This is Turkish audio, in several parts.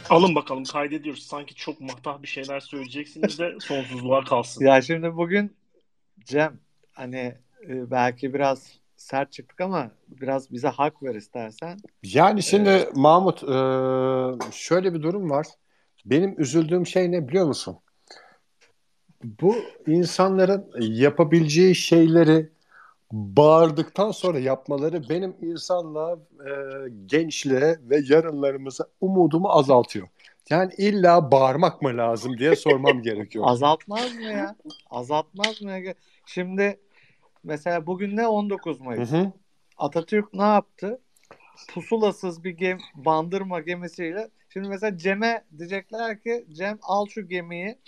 Alın bakalım, kaydediyoruz. Sanki çok matah bir şeyler söyleyeceksiniz de sonsuzluğa kalsın. Ya şimdi bugün Cem, hani belki biraz sert çıktık ama biraz bize hak ver istersen. Yani E, şimdi Mahmut, şöyle bir durum var. Benim üzüldüğüm şey ne biliyor musun? Bu insanların yapabileceği şeyleri bağırdıktan sonra yapmaları benim insanlığa, gençliğe ve yarınlarımıza umudumu azaltıyor. Yani illa bağırmak mı lazım diye sormam gerekiyor. Azaltmaz mı ya? Azaltmaz mı ya? Şimdi mesela bugün ne, 19 Hı Mayıs. hı. Atatürk ne yaptı? Pusulasız bir bandırma gemisiyle. Şimdi mesela Cem'e diyecekler ki Cem al şu gemiyi,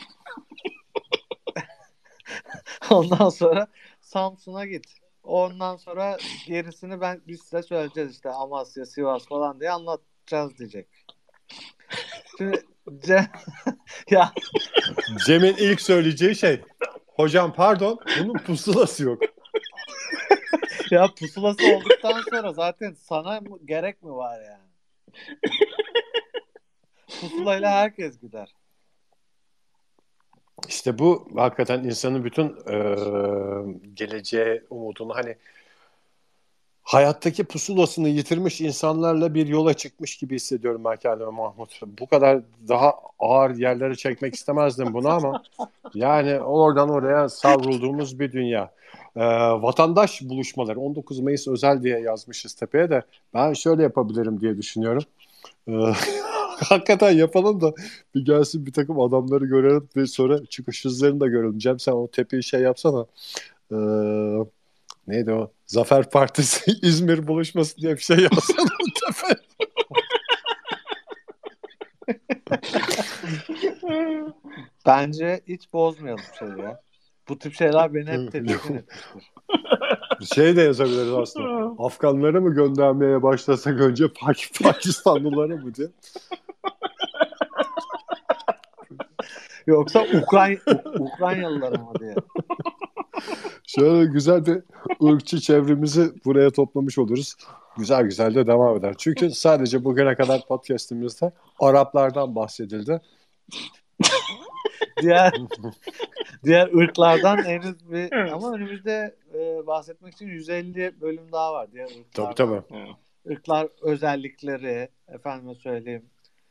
ondan sonra Samsun'a git. Ondan sonra gerisini biz size söyleyeceğiz, işte Amasya, Sivas falan diye anlatacağız diyecek. Şimdi Cem ya Cem'in ilk söyleyeceği şey, hocam pardon, bunun pusulası yok. ya pusulası olduktan sonra zaten sana gerek mi var yani? Pusulayla herkes gider. İşte bu hakikaten insanın bütün geleceğe umudunu, hani hayattaki pusulasını yitirmiş insanlarla bir yola çıkmış gibi hissediyorum ben kendimi Mahmut. Bu kadar daha ağır yerlere çekmek istemezdim bunu ama yani oradan oraya savrulduğumuz bir dünya. Vatandaş buluşmaları 19 Mayıs özel diye yazmışız tepeye de, ben şöyle yapabilirim diye düşünüyorum. Ee, Hakikaten yapalım da bir gelsin, bir takım adamları görelim ve sonra çıkış hızlarını da görelim. Cem, sen o tepeyi şey yapsana. Ee, Neydi o? Zafer Partisi İzmir buluşması diye bir şey yazsana o tepe. Bence hiç bozmayalım şeyi ya. Bu tip şeyler beni hep tedirgin etmiştir. Şey de yazabiliriz aslında. Afganları mı göndermeye başlasak önce Pakistanlıları mı diye. Yoksa Ukraynalılar mı diye. Şöyle güzel bir ırkçı çevremizi buraya toplamış oluruz. Güzel güzel de devam eder. Çünkü sadece bugüne kadar podcast'imizde Araplardan bahsedildi. Diğer diğer ırklardan henüz bir, ama önümüzde bahsetmek için 150 bölüm daha var diğer Tabii ırklardan. tabii. Irklar özellikleri, efendime söyleyeyim,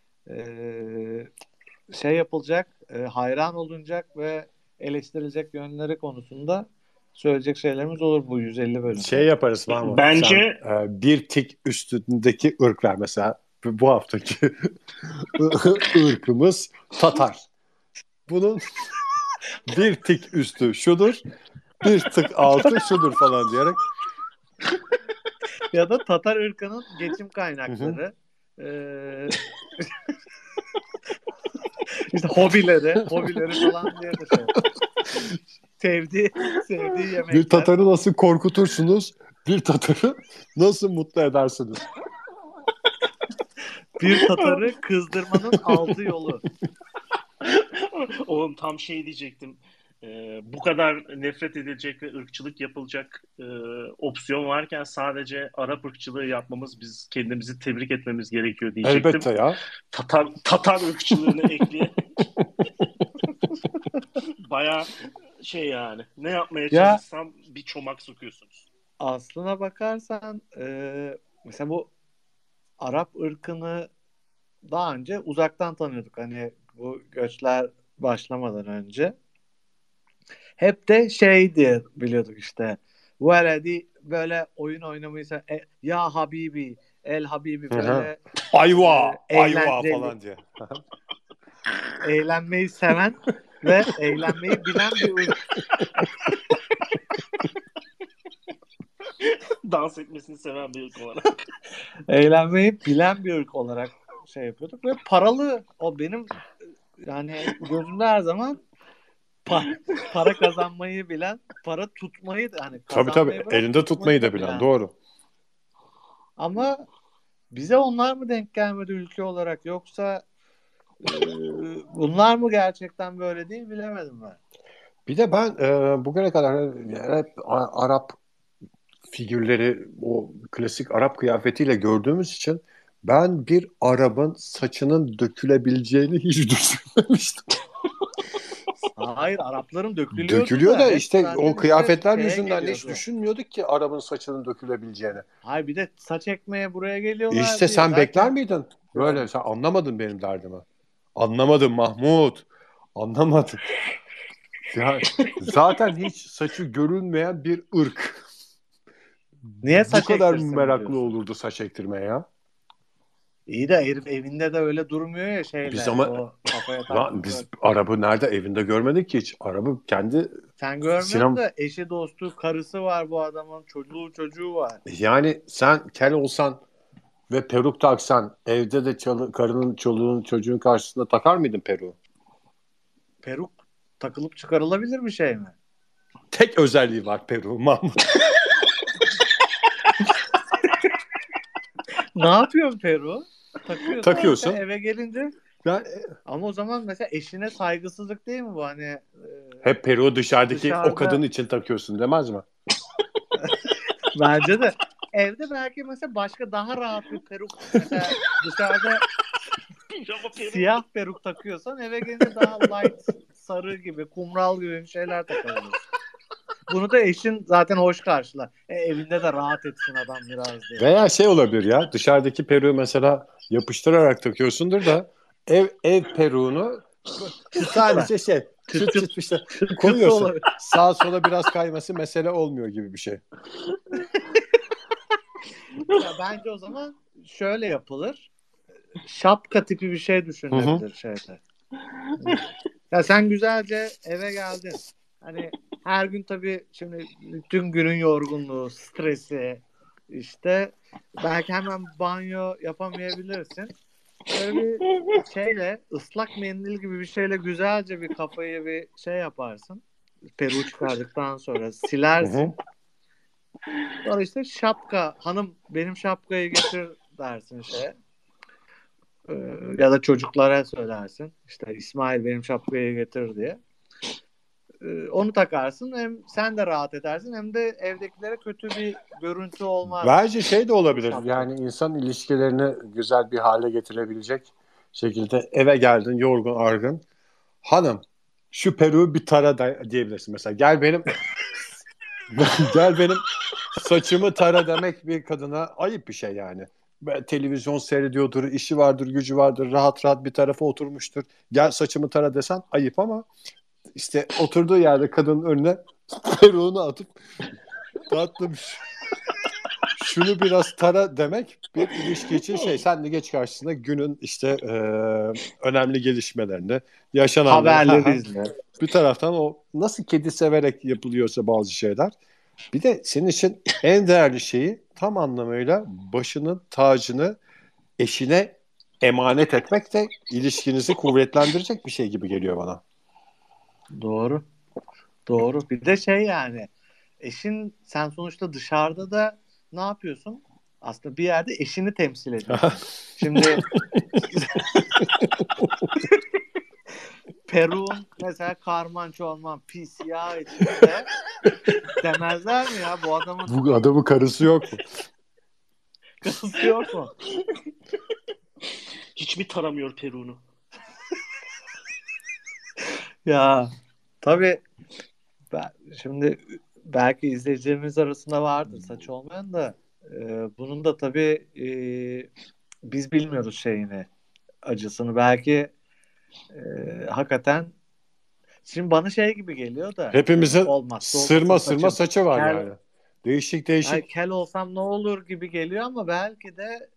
şey yapılacak, hayran olunacak ve eleştirilecek yönleri konusunda söyleyecek şeylerimiz olur bu 150 bölümde. Şey yaparız Mahmut. Sen Bence bir tik üstündeki ırk ver mesela. Bu haftaki ırkımız Tatar. Bunun bir tik üstü şudur, bir tık altı şudur falan diyerek. Ya da Tatar ırkının geçim Hı hı. kaynakları, işte hobileri falan diye de şey yaparız. Sevdiği Bir yemekler. Tatar'ı nasıl korkutursunuz? Bir Tatar'ı nasıl mutlu edersiniz? Bir Tatar'ı kızdırmanın 6 yolu. oğlum tam şey diyecektim. Bu kadar nefret edilecek ve ırkçılık yapılacak opsiyon varken sadece Arap ırkçılığı yapmamız, biz kendimizi tebrik etmemiz gerekiyor diyecektim. Elbette ya. Tatar ırkçılığını ekleyerek baya şey yani. Ne yapmaya Ya çalışsam bir çomak sokuyorsunuz. aslına bakarsan mesela bu Arap ırkını daha önce uzaktan tanıyorduk. Hani bu göçler başlamadan önce. Hep de şey diye biliyorduk işte. Veledi böyle oyun oynamayı ya Habibi, El Habibi, Hı hı. böyle Ayva, ayva eğlenceli, falan diye. eğlenmeyi seven ve eğlenmeyi bilen bir ırk. Dans etmesini seven bir ırk olarak. Eğlenmeyi bilen bir ırk olarak şey yapıyorduk ve paralı, o benim yani gözümde her zaman para, para kazanmayı bilen, para tutmayı da, hani Tabii tabii. kazanmayı bırak Elinde tutmayı tutmayı da da bilen. bilen. Doğru. Ama bize onlar mı denk gelmedi ülke olarak, yoksa e, bunlar mı gerçekten böyle değil, bilemedim ben. Bir de ben bugüne kadar hep Arap figürleri o klasik Arap kıyafetiyle gördüğümüz için Ben bir Arap'ın saçının dökülebileceğini hiç düşünmemiştim. Hayır, Arapların dökülüyordu Dökülüyor da da hep işte zaten o kıyafetler şeye yüzünden hiç geliyordu. düşünmüyorduk ki Arap'ın saçının dökülebileceğini. Hayır, bir de saç ekmeye buraya İşte geliyorlar diye sen bekler zaten miydin? Böyle görmüş. sen anlamadın benim derdimi. Anlamadın Mahmut. Anlamadın. Ya, zaten hiç saçı görünmeyen bir ırk. Niye Bu saç kadar ektirsin meraklı diyorsun? olurdu saç ektirmeye ya. İyi de herif evinde de öyle durmuyor ya Biz şeyle. ama O kafaya lan biz taktıkları. Arap'ı nerede evinde görmedik ki hiç. Arap'ı kendi Sen görmüyorsun sinema... da eşi dostu karısı var bu adamın. Çocuğu var. Yani sen kel olsan ve peruk taksan evde de karının, çoluğun, çocuğun karşısında takar mıydın peruğu? Peruk takılıp çıkarılabilir bir şey mi? Tek özelliği var peruğun Mahmut. Ne yapıyorsun Peru? Takıyorsun Takıyorsun. mesela eve gelince. Yani, Ama o zaman mesela eşine saygısızlık değil mi bu? Hani hep peruğu dışarıdaki o kadın dışarıda için takıyorsun demez mi? bence de evde belki mesela başka daha rahat bir peruk, mesela dışarıda Pijama peruğu. siyah peruk takıyorsan eve gelince daha light sarı gibi, kumral gibi bir şeyler takabilirsin. Bunu da eşin zaten hoş karşılar. Evinde de rahat etsin adam biraz diye. Veya şey olabilir ya, dışarıdaki peruğu mesela yapıştırarak takıyorsundur da ev peruğunu sadece şey çıt çıt işte Kısa koyuyorsun. olabilir. Sağa sola biraz kayması mesele olmuyor gibi bir şey. Ya bence o zaman şöyle yapılır. Şapka tipi bir şey düşünülebilir şeyde. Ya sen güzelce eve geldin. Hani her gün tabii şimdi bütün günün yorgunluğu, stresi, işte belki hemen banyo yapamayabilirsin. Böyle bir şeyle, ıslak mendil gibi bir şeyle güzelce bir kafayı bir şey yaparsın. Peruğu çıkardıktan sonra Hı hı. silersin. Sonra işte şapka, hanım benim şapkayı getir dersin şeye. Ya da çocuklara söylersin. İşte İsmail benim şapkayı getir diye. Onu takarsın, hem sen de rahat edersin hem de evdekilere kötü bir görüntü olmaz. Bence şey de olabilir. Şapka. Yani insan ilişkilerini güzel bir hale getirebilecek şekilde eve geldin yorgun argın. Hanım şu peruğu bir tara diyebilirsin. Mesela gel benim saçımı tara demek bir kadına ayıp bir şey yani. Televizyon seyrediyordur, işi vardır, gücü vardır, rahat rahat bir tarafa oturmuştur. Gel saçımı tara desen ayıp ama işte oturduğu yerde kadının önüne peruğunu atıp tatlım şunu biraz tara demek bir ilişki için şey. Sen de geç karşısına günün işte önemli gelişmelerini, yaşananları. Haberleri izle. Bir taraftan o nasıl kedi severek yapılıyorsa bazı şeyler. Bir de senin için en değerli şeyi tam anlamıyla başının tacını eşine emanet etmek de ilişkinizi kuvvetlendirecek bir şey gibi geliyor bana. Doğru. Doğru. Bir de şey yani eşin, sen sonuçta dışarıda da ne yapıyorsun? Aslında bir yerde eşini temsil ediyorsun. Şimdi Peru'nun mesela karman çorman pis yağ içinde demezler mi ya bu adamın Bu adamın karısı yok mu? karısı yok mu? Hiç mi taramıyor peruğunu? Ya tabii şimdi belki izleyicilerimiz arasında vardır saç olmayan da bunun da tabii biz bilmiyoruz şeyini, acısını. Belki hakikaten şimdi bana şey gibi geliyor da Hepimizin olmazsa olmasın sırma sırma saçım. saçı var Kel, yani. Değişik yani değişik. kel olsam ne olur gibi geliyor ama belki de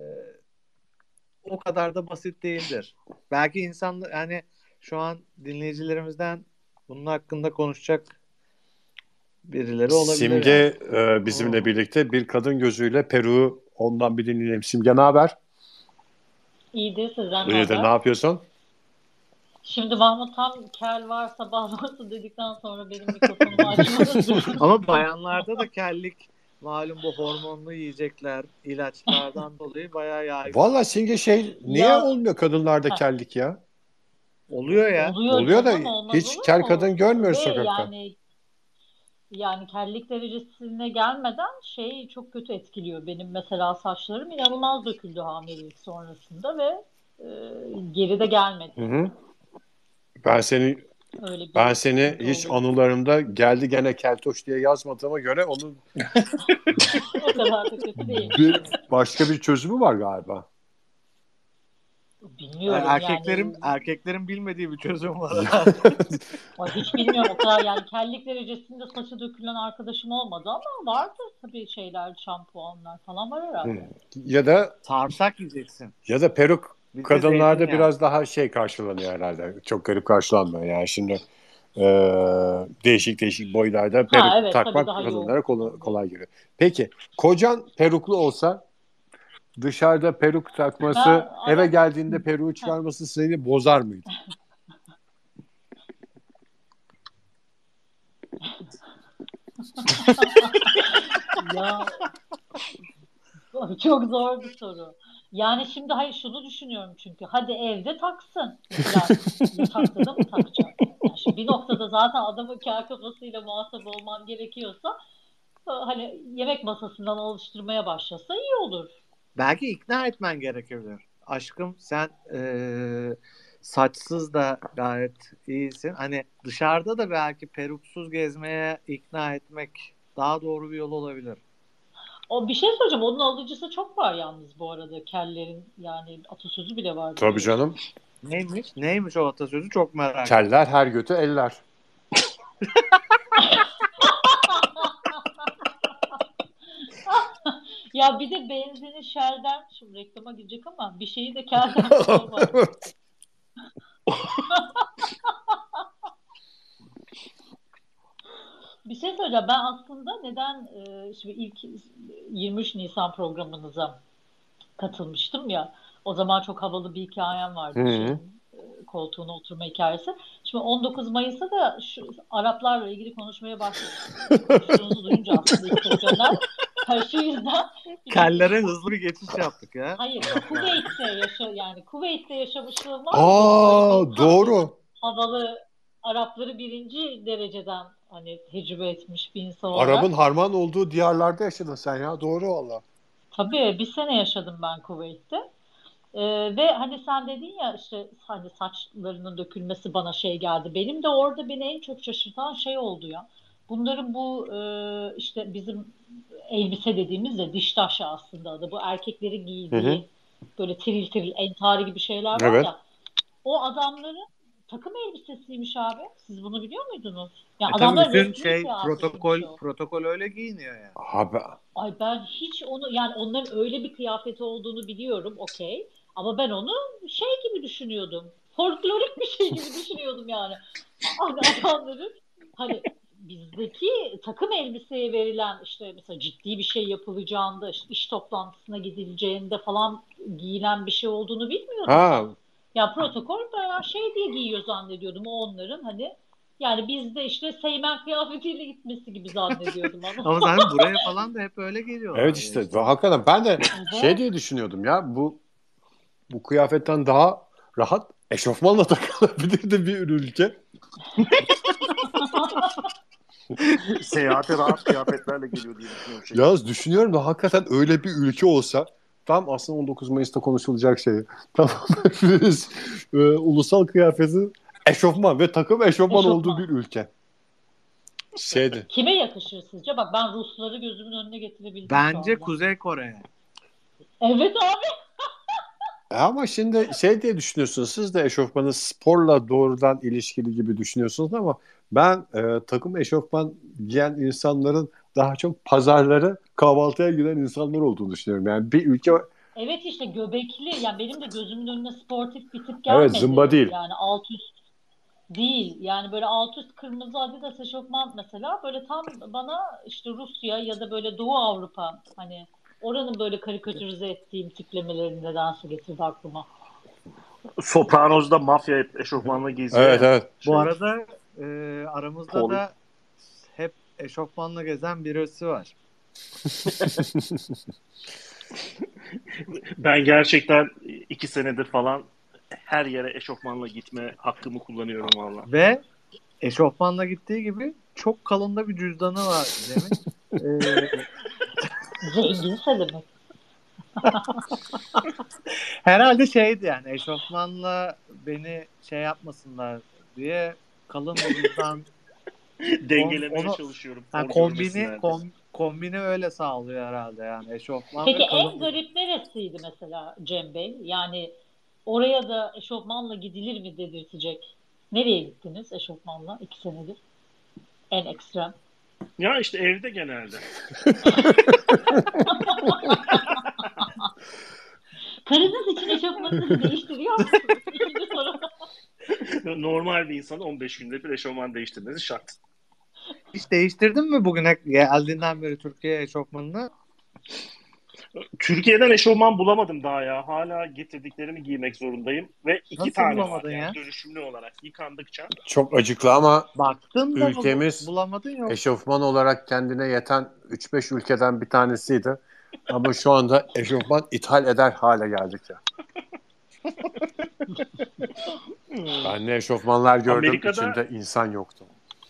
o kadar da basit değildir. Belki insanlar yani şu an dinleyicilerimizden bunun hakkında konuşacak birileri olabilir yani. Simge bizimle birlikte bir kadın gözüyle Peru ondan bir dinleyelim. Simge ne haber? İyidir, sizden ne İyidir, ne haber? yapıyorsun? Şimdi Mahmut tam kel varsa bağ varsa dedikten sonra benim mikrofonumu açmanız Ama bayanlarda da kellik malum bu hormonlu yiyecekler, ilaçlardan dolayı bayağı yaygın. Valla Simge niye Ya, olmuyor kadınlarda kellik ya? Oluyor ya. oluyor Oluyor da canım, olmaz hiç olur kel mu? kadın görmüyoruz Ve sokakta. yani yani kellik derecesine gelmeden şey çok kötü etkiliyor. Benim mesela saçlarım inanılmaz döküldü hamilelik sonrasında ve geri de gelmedi. Hı hı. Ben seni Öyle ben bir seni sıkıntı hiç oluyor. anılarımda geldi gene keltoş diye yazmadığıma göre onun O kadar da kötü değil. başka bir çözümü var galiba. Bilmiyorum yani. Erkeklerin bilmediği bir çözüm var. Ay, hiç bilmiyorum o kadar yani kellik derecesinde saçı dökülen arkadaşım olmadı ama vardır tabii şeyler, şampuanlar falan var herhalde. Ya da Sarımsak yiyeceksin. peruk Bir de kadınlarda zeytinyağı. biraz daha şey karşılanıyor herhalde. Çok garip karşılanmıyor yani şimdi değişik değişik boylarda peruk Ha evet, tabii takmak daha yoğun kadınlara kolay, kullanılıyor. kolay geliyor. Peki kocan peruklu olsa dışarıda peruk takması, Ben eve ara geldiğinde peruğu çıkarması seni bozar mıydı? ya çok zor bir soru. Yani şimdi hayır, şunu düşünüyorum çünkü hadi evde taksın. Mesela yatakta da mı takacak? Yani şimdi bir noktada zaten adamın kel kafasıyla muhatap olmam gerekiyorsa hani yemek masasından alıştırmaya başlasa iyi olur. Belki ikna etmen gerekebilir. Aşkım sen saçsız da gayet iyisin. Hani dışarıda da belki peruksuz gezmeye ikna etmek daha doğru bir yol olabilir. O bir şey söyleyeceğim. Onun alıcısı çok var yalnız bu arada. Kellerin yani atasözü bile var Tabii biliyorsun. canım. Neymiş? Neymiş o atasözü? Çok merak ettim. Keller her götü eller. Ya bir de benzini Shell'den, şimdi reklama girecek ama bir şeyi de kelden bulamaz. Bir şey söyleyeceğim. Ben aslında neden şimdi ilk 23 Nisan programınıza katılmıştım ya. O zaman çok havalı bir hikayem vardı. Hı. Şeyin koltuğuna oturma hikayesi. Şimdi 19 Mayıs'ta da şu Araplarla ilgili konuşmaya konuştuğunuzu duyunca aslında ilk profesyonel. Şu yüzden Kellere hızlı bir geçiş yaptık ya. hayır, Kuveyt'te yaşamışlığım var ya, benim böyle Aa, bir tam böyle doğru. havalı Arapları birinci dereceden hani tecrübe etmiş bir insan Arap'ın olarak. harman olduğu diyarlarda yaşadın sen ya. Doğru valla. Tabii bir sene yaşadım ben Kuveyt'te. Ve hani sen dedin ya işte hani saçlarının dökülmesi bana şey geldi. Benim de orada beni en çok şaşırtan şey oldu ya. Bunların bu işte bizim elbise dediğimiz de diş taşı aslında adı. Bu erkeklerin Hı hı. giydiği böyle tiril tiril entari gibi şeyler var Evet. ya. O adamların takım elbisesiymiş abi. Siz bunu biliyor muydunuz? Ya Tabii adamlar bütün resmi kıyafetiymiş o. protokol öyle giyiniyor ya. Abi, Ay ben hiç onu yani onların öyle bir kıyafeti olduğunu biliyorum, okey. Ama ben onu şey gibi düşünüyordum. Folklorik bir şey gibi düşünüyordum yani. Hani adamların hani bizdeki takım elbiseye verilen işte mesela ciddi bir şey yapılacağında işte iş toplantısına gidileceğinde falan giyilen bir şey olduğunu bilmiyordum ben. ha, Ya protokol bayağı şey diye giyiyor zannediyordum o onların hani yani bizde işte Seymen kıyafetiyle gitmesi gibi zannediyordum ama. Ama zaten buraya falan da hep öyle evet geliyorlar ya işte işte. hakikaten ben de şey Evet. diye düşünüyordum ya bu kıyafetten daha rahat eşofmanla takılabilirdi bir ülke. Seyahate rahat kıyafetlerle geliyor diye düşünüyorum şey. Yalnız düşünüyorum da hakikaten öyle bir ülke olsa tam aslında 19 Mayıs'ta konuşulacak şey. Tamam hepimiz ulusal kıyafetin eşofman ve takım eşofman olduğu bir Eşofman. ülke. Şeydi. Kime yakışır sizce? Bak ben Rusları gözümün önüne getirebildim şu Bence anda. Kuzey Kore'ye. Evet abi. Ama şimdi şey diye düşünüyorsunuz siz de eşofmanı sporla doğrudan ilişkili gibi düşünüyorsunuz ama ben takım eşofman giyen insanların daha çok pazarları kahvaltıya giden insanlar olduğunu düşünüyorum. Yani bir ülke Evet işte göbekli. Yani benim de gözümün önüne sportif bir tip evet zımba gelmedi. değil. Yani alt üst değil. Yani böyle alt üst kırmızı Adidas eşofman mesela böyle tam bana işte Rusya ya da böyle Doğu Avrupa hani oranın böyle karikatürize ettiğim tiplemelerini nedense getirdi aklıma. Sopranos'da mafya eşofmanla geziyor Evet ya. evet. Bu Şey, arada aramızda Paul. da hep eşofmanla gezen birisi var. Ben gerçekten 2 senedir falan her yere eşofmanla gitme hakkımı kullanıyorum valla. Ve eşofmanla gittiği gibi çok kalında bir cüzdanı var Cem'in. Zenginse demek. Herhalde şeydi yani eşofmanla beni şey yapmasınlar diye kalın bir cüzdan Dengelemeye onu çalışıyorum. yani Hor görmesinler diye. kombini öyle sağlıyor herhalde yani eşofman Peki ve en kalın bir garip neresiydi mesela Cem Bey? Yani oraya da eşofmanla gidilir mi dedirtecek. Nereye gittiniz eşofmanla 2 senedir? En ekstrem. Ya işte evde genelde. Karınız için eşofmanınızı değiştiriyor musunuz? İkinci soru. Normal bir insan 15 günde bir eşofman değiştirmesi şart. Hiç değiştirdin mi bugüne geldiğinden beri Türkiye eşofmanını? Türkiye'den eşofman bulamadım daha ya. Hala getirdiklerimi giymek zorundayım. Ve 2 Nasıl tane var bulamadın yani ya? dönüşümlü olarak yıkandıkça. Çok acıklı ama Baktın da mı ülkemiz bulamadın yok? eşofman olarak kendine yeten 3-5 ülkeden bir tanesiydi. Ama şu anda eşofman ithal eder hale geldik ya. Ben ne eşofmanlar gördüm, Amerika'da içinde insan yoktu.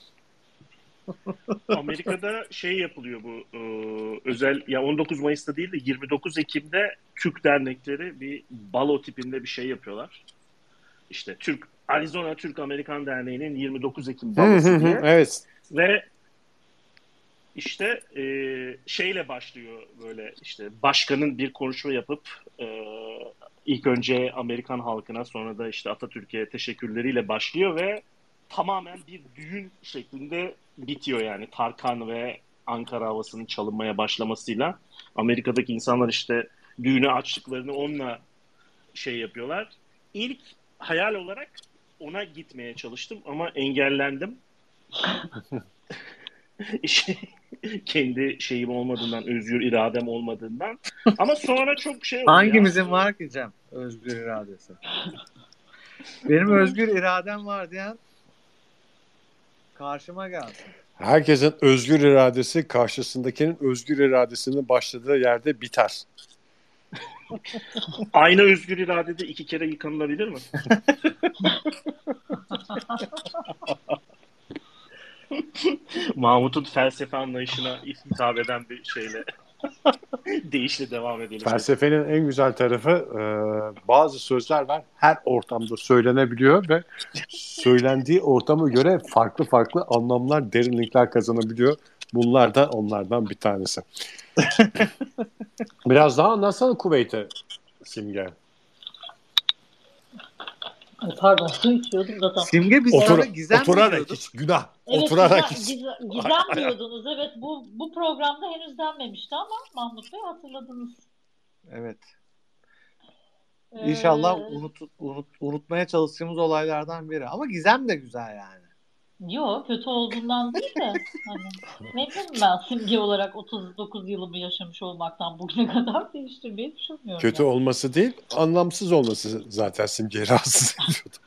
Amerika'da şey yapılıyor bu özel ya 19 Mayıs'ta değil de 29 Ekim'de Türk dernekleri bir balo tipinde bir şey yapıyorlar. İşte Arizona Türk Amerikan Derneği'nin 29 Ekim balosu diye Evet. ve işte şeyle başlıyor böyle işte başkanın bir konuşma yapıp ilk önce Amerikan halkına sonra da işte Atatürk'e teşekkürleriyle başlıyor ve tamamen bir düğün şeklinde bitiyor yani Tarkan ve Ankara havasının çalınmaya başlamasıyla Amerika'daki insanlar işte düğünü açtıklarını onunla şey yapıyorlar. İlk hayal olarak ona gitmeye çalıştım ama engellendim. Kendi şeyim olmadığından, özgür iradem olmadığından. Ama sonra çok şey oldu ya. Hangimizin var ki Cem özgür iradesi? Benim özgür iradem var diyen karşıma gelsin. Herkesin özgür iradesi karşısındakinin özgür iradesinin başladığı yerde biter. Aynı özgür iradede 2 kere yıkanılabilir mi? Mahmut'un felsefe anlayışına hitap eden bir şeyle deyişle devam edelim. Felsefenin en güzel tarafı bazı sözler var. Her ortamda söylenebiliyor ve söylendiği ortama göre farklı farklı anlamlar, derinlikler kazanabiliyor. Bunlar da onlardan bir tanesi. Biraz daha anlatsana Kuveyt'e Simge. Pardon su içiyordum da tam. Simge biz sana gizem oturarak diyorduk. iç. Günah. Evet, Oturarak iç. gizem diyordunuz. Evet bu programda henüz denmemişti ama Mahmut Bey hatırladınız. Evet. İnşallah Ee, unutmaya çalıştığımız olaylardan biri. Ama gizem de güzel yani. Yok kötü olduğundan değil de hani memnunum ben simge olarak 39 yılımı yaşamış olmaktan bugüne kadar değiştirmeyi düşünmüyorum. Kötü yani. olması değil, anlamsız olması zaten Simge'yi rahatsız ediyordu.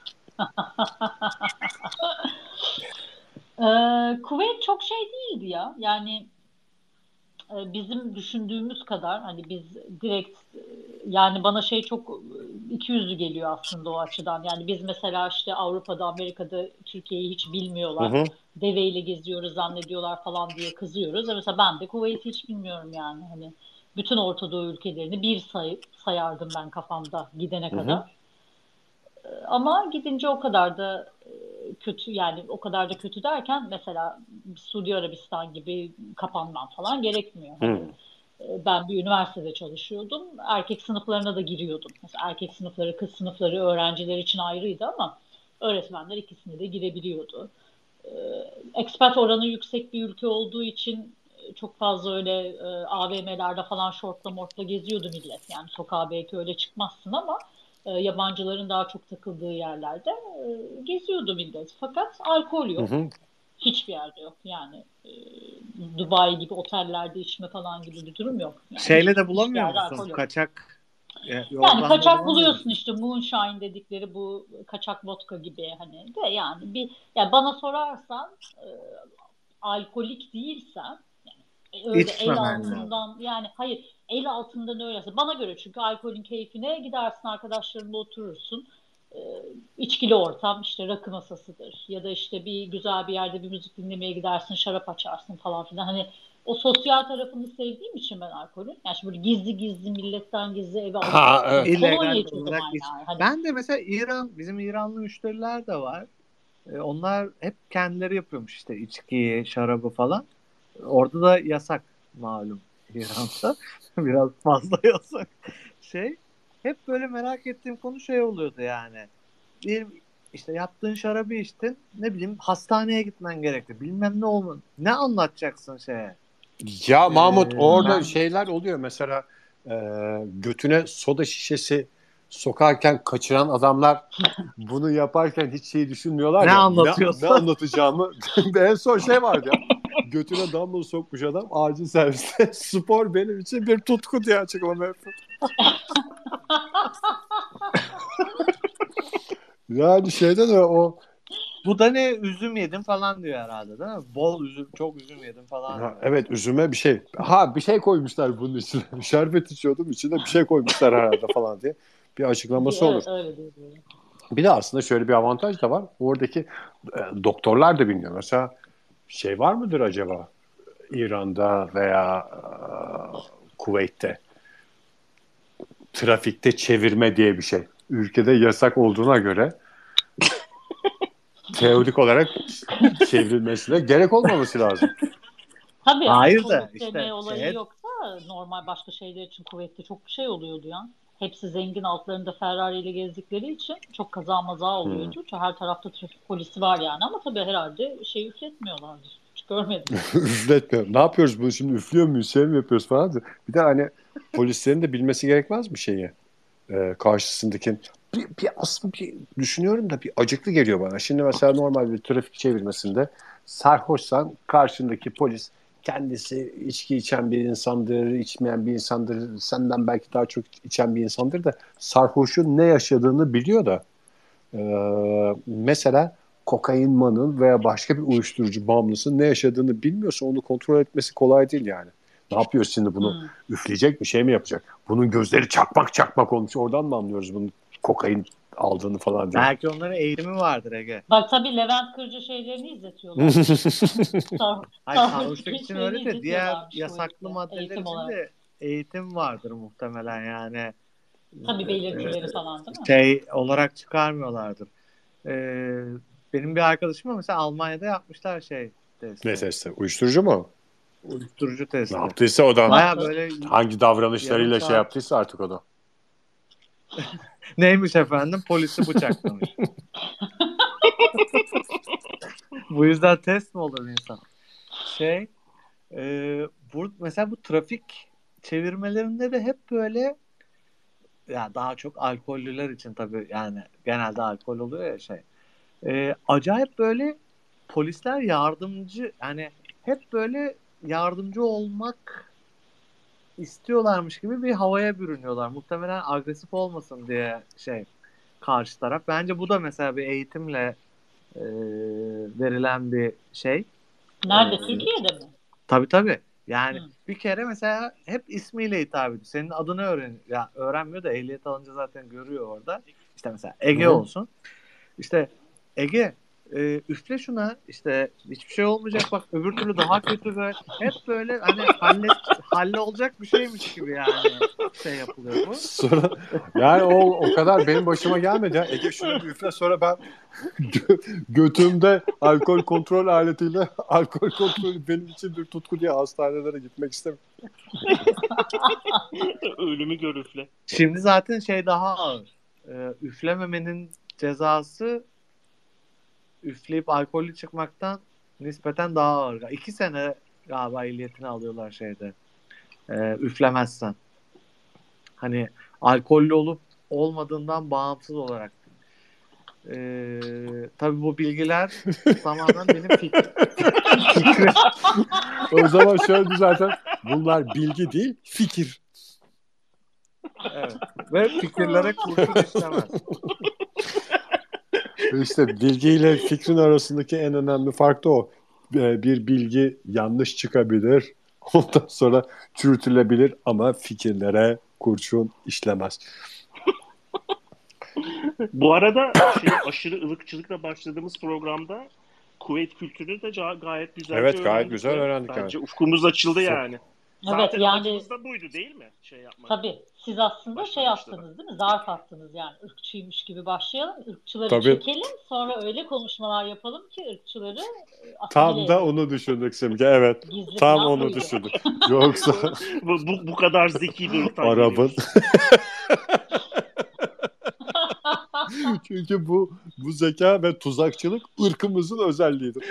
Kuveyt çok şey değildi ya. Yani bizim düşündüğümüz kadar hani biz direkt yani bana şey çok ikiyüzlü geliyor aslında o açıdan. Yani biz mesela işte Avrupa'da, Amerika'da Türkiye'yi hiç Hı bilmiyorlar. hı. Deveyle geziyoruz zannediyorlar falan diye kızıyoruz. Mesela ben de Kuveyt'i hiç bilmiyorum yani. Hani bütün Orta Doğu ülkelerini bir sayardım ben kafamda gidene Hı hı. kadar. Ama gidince o kadar da kötü yani o kadar da kötü derken mesela Suudi Arabistan gibi kapanmam falan gerekmiyor. Hani Hı. ben bir üniversitede çalışıyordum. Erkek sınıflarına da giriyordum. Mesela erkek sınıfları, kız sınıfları öğrenciler için ayrıydı ama öğretmenler ikisine de girebiliyordu. Expat oranı yüksek bir ülke olduğu için çok fazla öyle AVM'lerde falan şortla mortla geziyordu millet. Yani sokağa belki öyle çıkmazsın ama yabancıların daha çok takıldığı yerlerde geziyordu millet. Fakat alkol Hı yok. hı. Hiçbir yerde yok. Yani Dubai gibi otellerde içme falan gibi bir durum yok. Yani Şeyle de hiçbir bulamıyor yerde musun? alkol yok. Kaçak Yani yoldan da kaçak bulamıyor buluyorsun musun? işte moonshine dedikleri bu kaçak vodka gibi hani de yani bir ya bana sorarsan alkolik değilsen öyle el İçmemen lazım. altından yani hayır el altından öyleyse bana göre çünkü alkolün keyfine gidersin arkadaşlarınla oturursun içkili ortam işte rakı masasıdır. Ya da işte bir güzel bir yerde bir müzik dinlemeye gidersin, şarap açarsın falan filan. Hani o sosyal tarafını sevdiğim için ben alkolün. Yani şimdi böyle gizli gizli milletten gizli eve alıp Ha, evet. kolonya illegal içiyor olarak zaman hiç. yani. Hani Ben de mesela bizim İranlı müşteriler de var. Onlar hep kendileri yapıyormuş işte içkiyi, şarabı falan. Orada da yasak malum İran'da. Biraz fazla yasak. Hep böyle merak ettiğim konu oluyordu yani. Diyelim işte yaptığın şarabı içtin, ne bileyim hastaneye gitmen gerekti. Bilmem ne olmadı. Ne anlatacaksın şeye? Ya Mahmut, orada Ben şeyler oluyor mesela, e, götüne soda şişesi sokarken kaçıran adamlar bunu yaparken hiç şey düşünmüyorlar ne ya, ne anlatıyorsa anlatacağımı. En son şey vardı ya, götüne dumbbell sokmuş adam acil serviste, spor benim için bir tutku diye açıklama yapıyor. Yani şeyden o bu da ne üzüm yedim falan diyor herhalde değil mi? Bol üzüm, çok üzüm yedim falan ha, diyor. evet, üzüme bir şey. Ha, bir şey koymuşlar bunun içine. Şerbet içiyordum, içine bir şey koymuşlar herhalde falan diye bir açıklaması olur. evet öyle diyor. Bir de aslında şöyle bir avantaj da var. Oradaki doktorlar da bilmiyor. Mesela şey var mıdır acaba İran'da veya Kuveyt'te trafikte çevirme diye bir şey. Ülkede yasak olduğuna göre teorik olarak çevrilmesine gerek olmaması lazım. Tabii Hayır alkol da yükleme işte olayı yoksa normal başka şeyler için kuvvetli çok şey oluyordu ya. Hepsi zengin altlarında Ferrari ile gezdikleri için çok kaza maza Hmm. oluyordu. Her tarafta trafik polisi var yani ama tabii herhalde şey üfletmiyorlardır. Hiç görmedim. Üfletmiyor. Ne yapıyoruz bunu şimdi, üflüyor muyuz, şey mi yapıyoruz falan. Bir de hani polislerin de bilmesi gerekmez mi şeyi? Karşısındaki aslında bir düşünüyorum da bir acıklı geliyor bana. Şimdi mesela normal bir trafik çevirmesinde sarhoşsan karşındaki polis kendisi içki içen bir insandır, içmeyen bir insandır, senden belki daha çok içen bir insandır da sarhoşun ne yaşadığını biliyor da mesela kokainmanın veya başka bir uyuşturucu bağımlısı ne yaşadığını bilmiyorsa onu kontrol etmesi kolay değil yani. Ne yapıyor şimdi, bunu Hmm. üfleyecek mi, şey mi yapacak? Bunun gözleri çakmak çakmak olmuş. Oradan mı anlıyoruz bunun kokain aldığını falan diye. belki onların eğitimi vardır Ege. Bak tabii Levent Kırcı şeylerini izletiyorlarmış işte. Hayır, Sarhoşluk sarhoşluk için şeyini öyle de diğer izletiyorlarmış yasaklı kuvvetle maddeler eğitim için olarak. de eğitim vardır muhtemelen yani. Tabii Ee, belirtileri falan değil mi? Şey olarak çıkarmıyorlardır. Ee, Benim bir arkadaşım mesela Almanya'da yapmışlar Ne testi. testi? Uyuşturucu mu? Uyuşturucu Ne testi. yaptıysa o da, Baya Nasıl? böyle hangi yarım davranışlarıyla şey saat yaptıysa artık o da. neymiş efendim? Polisi bıçaklamış. Bu yüzden test mi olur insan? Şey, mesela bu trafik çevirmelerinde de hep böyle, ya daha çok alkollüler için tabii yani genelde alkol oluyor ya acayip böyle polisler yardımcı, yani hep böyle yardımcı olmak istiyorlarmış gibi bir havaya bürünüyorlar. Muhtemelen agresif olmasın diye karşı taraf. Bence bu da mesela bir eğitimle e, verilen bir şey. E, Nerede? Türkiye'de mi? tabii tabii. Yani Hı. bir kere mesela hep ismiyle hitap ediyor. Senin adını ya öğrenmiyor da ehliyet alınca zaten görüyor orada. İşte mesela Hı Ege hı. olsun. İşte Ege, üfle şuna, işte hiçbir şey olmayacak, bak öbür türlü daha kötü, ve hep böyle hani hallolacak bir şeymiş gibi yani yapılıyor bu. Sonra yani o kadar benim başıma gelmedi ya. Ege şuna bir üfle, sonra ben götümde alkol kontrol aletiyle alkol kontrolü benim için bir tutku diye hastanelere gitmek istemiyorum. Ölümü gör üfle. Şimdi zaten daha ağır. Üflememenin cezası üfleyip alkollü çıkmaktan nispeten daha ağır. 2 sene galiba ehliyetini alıyorlar üflemezsen. Hani alkollü olup olmadığından bağımsız olarak. Tabii bu bilgiler tamamen benim fikrim. O zaman şöyle zaten, bunlar bilgi değil, fikir. Evet. Ve fikirlere kurşun işlemez. İşte bilgiyle fikrin arasındaki en önemli fark da o. Bir bilgi yanlış çıkabilir. Ondan sonra çürütülebilir ama fikirlere kurşun işlemez. Bu arada aşırı ılıkçılıkla başladığımız programda Kuveyt kültürünü de gayet güzelce Evet, gayet öğrendik güzel ve öğrendik. bence ufkumuz açıldı yani. Evet Zaten yani amacımız da buydu değil mi? Şey yapmak. tabii siz aslında şey Başlangıçta da. yaptınız değil mi? Zarf attınız yani ırkçıymış gibi başlayalım. Irkçıları Tabii. çekelim sonra öyle konuşmalar yapalım ki ırkçıları Tam asimile da edelim. onu düşündük Simge. Evet. Gizli Tam plan onu buydu. düşündük. Yoksa Bu kadar zeki bir ırktan Arap'ın. geliyoruz. Çünkü bu zeka ve tuzakçılık ırkımızın özelliğidir.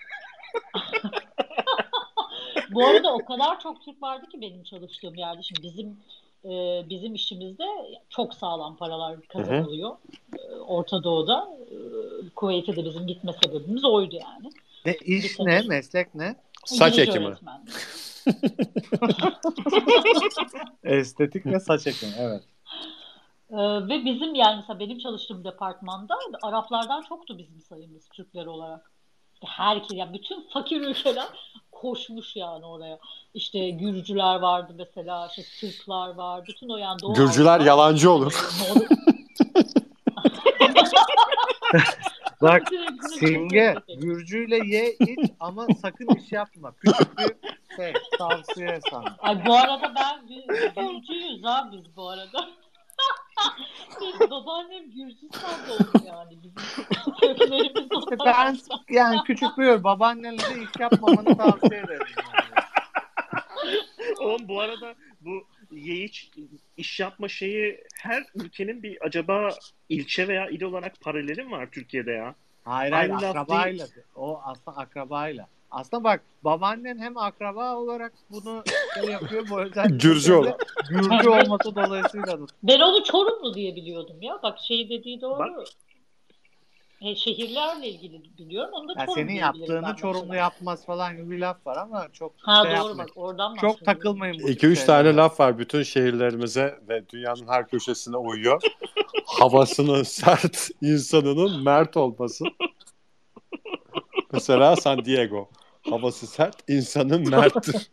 Bu arada o kadar çok Türk vardı ki benim çalıştığım yerde. Şimdi bizim işimizde çok sağlam paralar kazanılıyor. Orta Doğu'da. Kuveyt'e de bizim gitme sebebimiz oydu yani. Ne iş ne? Meslek ne? Saç İngilizce ekimi. öğretmenliği. Estetik ve saç ekimi. Evet. Ve bizim yani mesela benim çalıştığım departmanda Araplardan çoktu bizim sayımız Türkler olarak. Herkes yani bütün fakir ülkeler koşmuş yani oraya. İşte Gürcüler vardı mesela, işte Sırplar var. Bütün o yani Doğu Gürcüler Avrupa, yalancı olur. Bak Direkt Simge, bunu Gürcüyle ye iç ama sakın iş yapma. Küçük bir tavsiye sana. Ay bu arada Gürcüyüz ha biz bu arada. Benim babaannem Gürcistan'da oldu yani. Bizim köklerimiz o İşte ben tarafta. yani küçük bir babaannenle de iş yapmamanı tavsiye ederim. Yani. Oğlum bu arada bu iş yapma şeyi her ülkenin bir acaba ilçe veya il olarak paraleli mi var Türkiye'de ya? Hayır Aynı laf akrabayla. O aslında akrabayla. Aslında bak babaannen hem akraba olarak bunu yapıyor. Bu özellikle Gürcü olan. Gürcü olması dolayısıyla da. Ben onu Çorumlu diye biliyordum ya. Bak şey dediği doğru. Bak. Şehirlerle ilgili biliyorum. Onu da Yani Çorum senin diyebilirim yaptığını ben Çorumlu mesela. yapmaz falan gibi bir laf var ama çok Ha şey doğru yapmayın. bak oradan Çok başladı. takılmayın bu 2-3 tane laf var bütün şehirlerimize ve dünyanın her köşesine uyuyor. Havasının sert, insanının mert olması. Mesela San Diego. Havası sert, insanın merttir.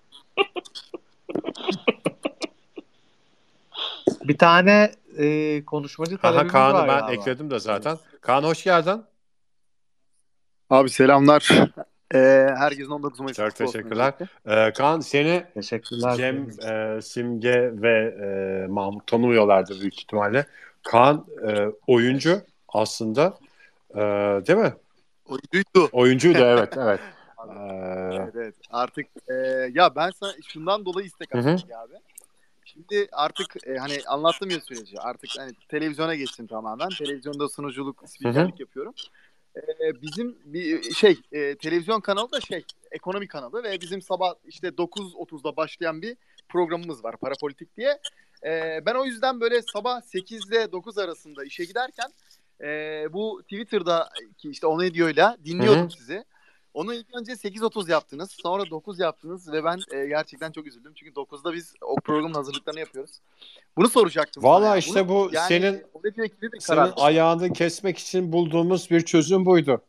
Bir tane konuşmacı Aha, talebimiz Kaan'ı var ben galiba. ekledim de zaten. Kaan hoş geldin. Abi selamlar. Herkesin 19 Mayıs Çok kutlu olsun teşekkürler. öncelikle. Kaan seni Teşekkürler. Cem, Simge ve Mahmut tanımıyorlardı büyük ihtimalle. Kaan oyuncu aslında değil mi? Oyuncuydu. Oyuncuydu evet. Evet. Artık ya ben sana şundan dolayı istek Hı hı. attım abi. Şimdi artık hani anlattım ya süreci. Artık hani televizyona geçtim tamamen. Televizyonda sunuculuk, spikerlik yapıyorum. Bizim bir televizyon kanalı da ekonomi kanalı ve bizim sabah işte 9.30'da başlayan bir programımız var Parapolitik diye. Ben o yüzden böyle sabah 8 ile 9 arasında işe giderken bu Twitter'daki işte O Ne Diyor'la dinliyordum sizi. Onu ilk önce 8.30 yaptınız. Sonra 9 yaptınız ve ben gerçekten çok üzüldüm. Çünkü 9'da biz o programın hazırlıklarını yapıyoruz. Bunu soracaktım. Valla işte bu yani, senin karar. ayağını kesmek için bulduğumuz bir çözüm buydu.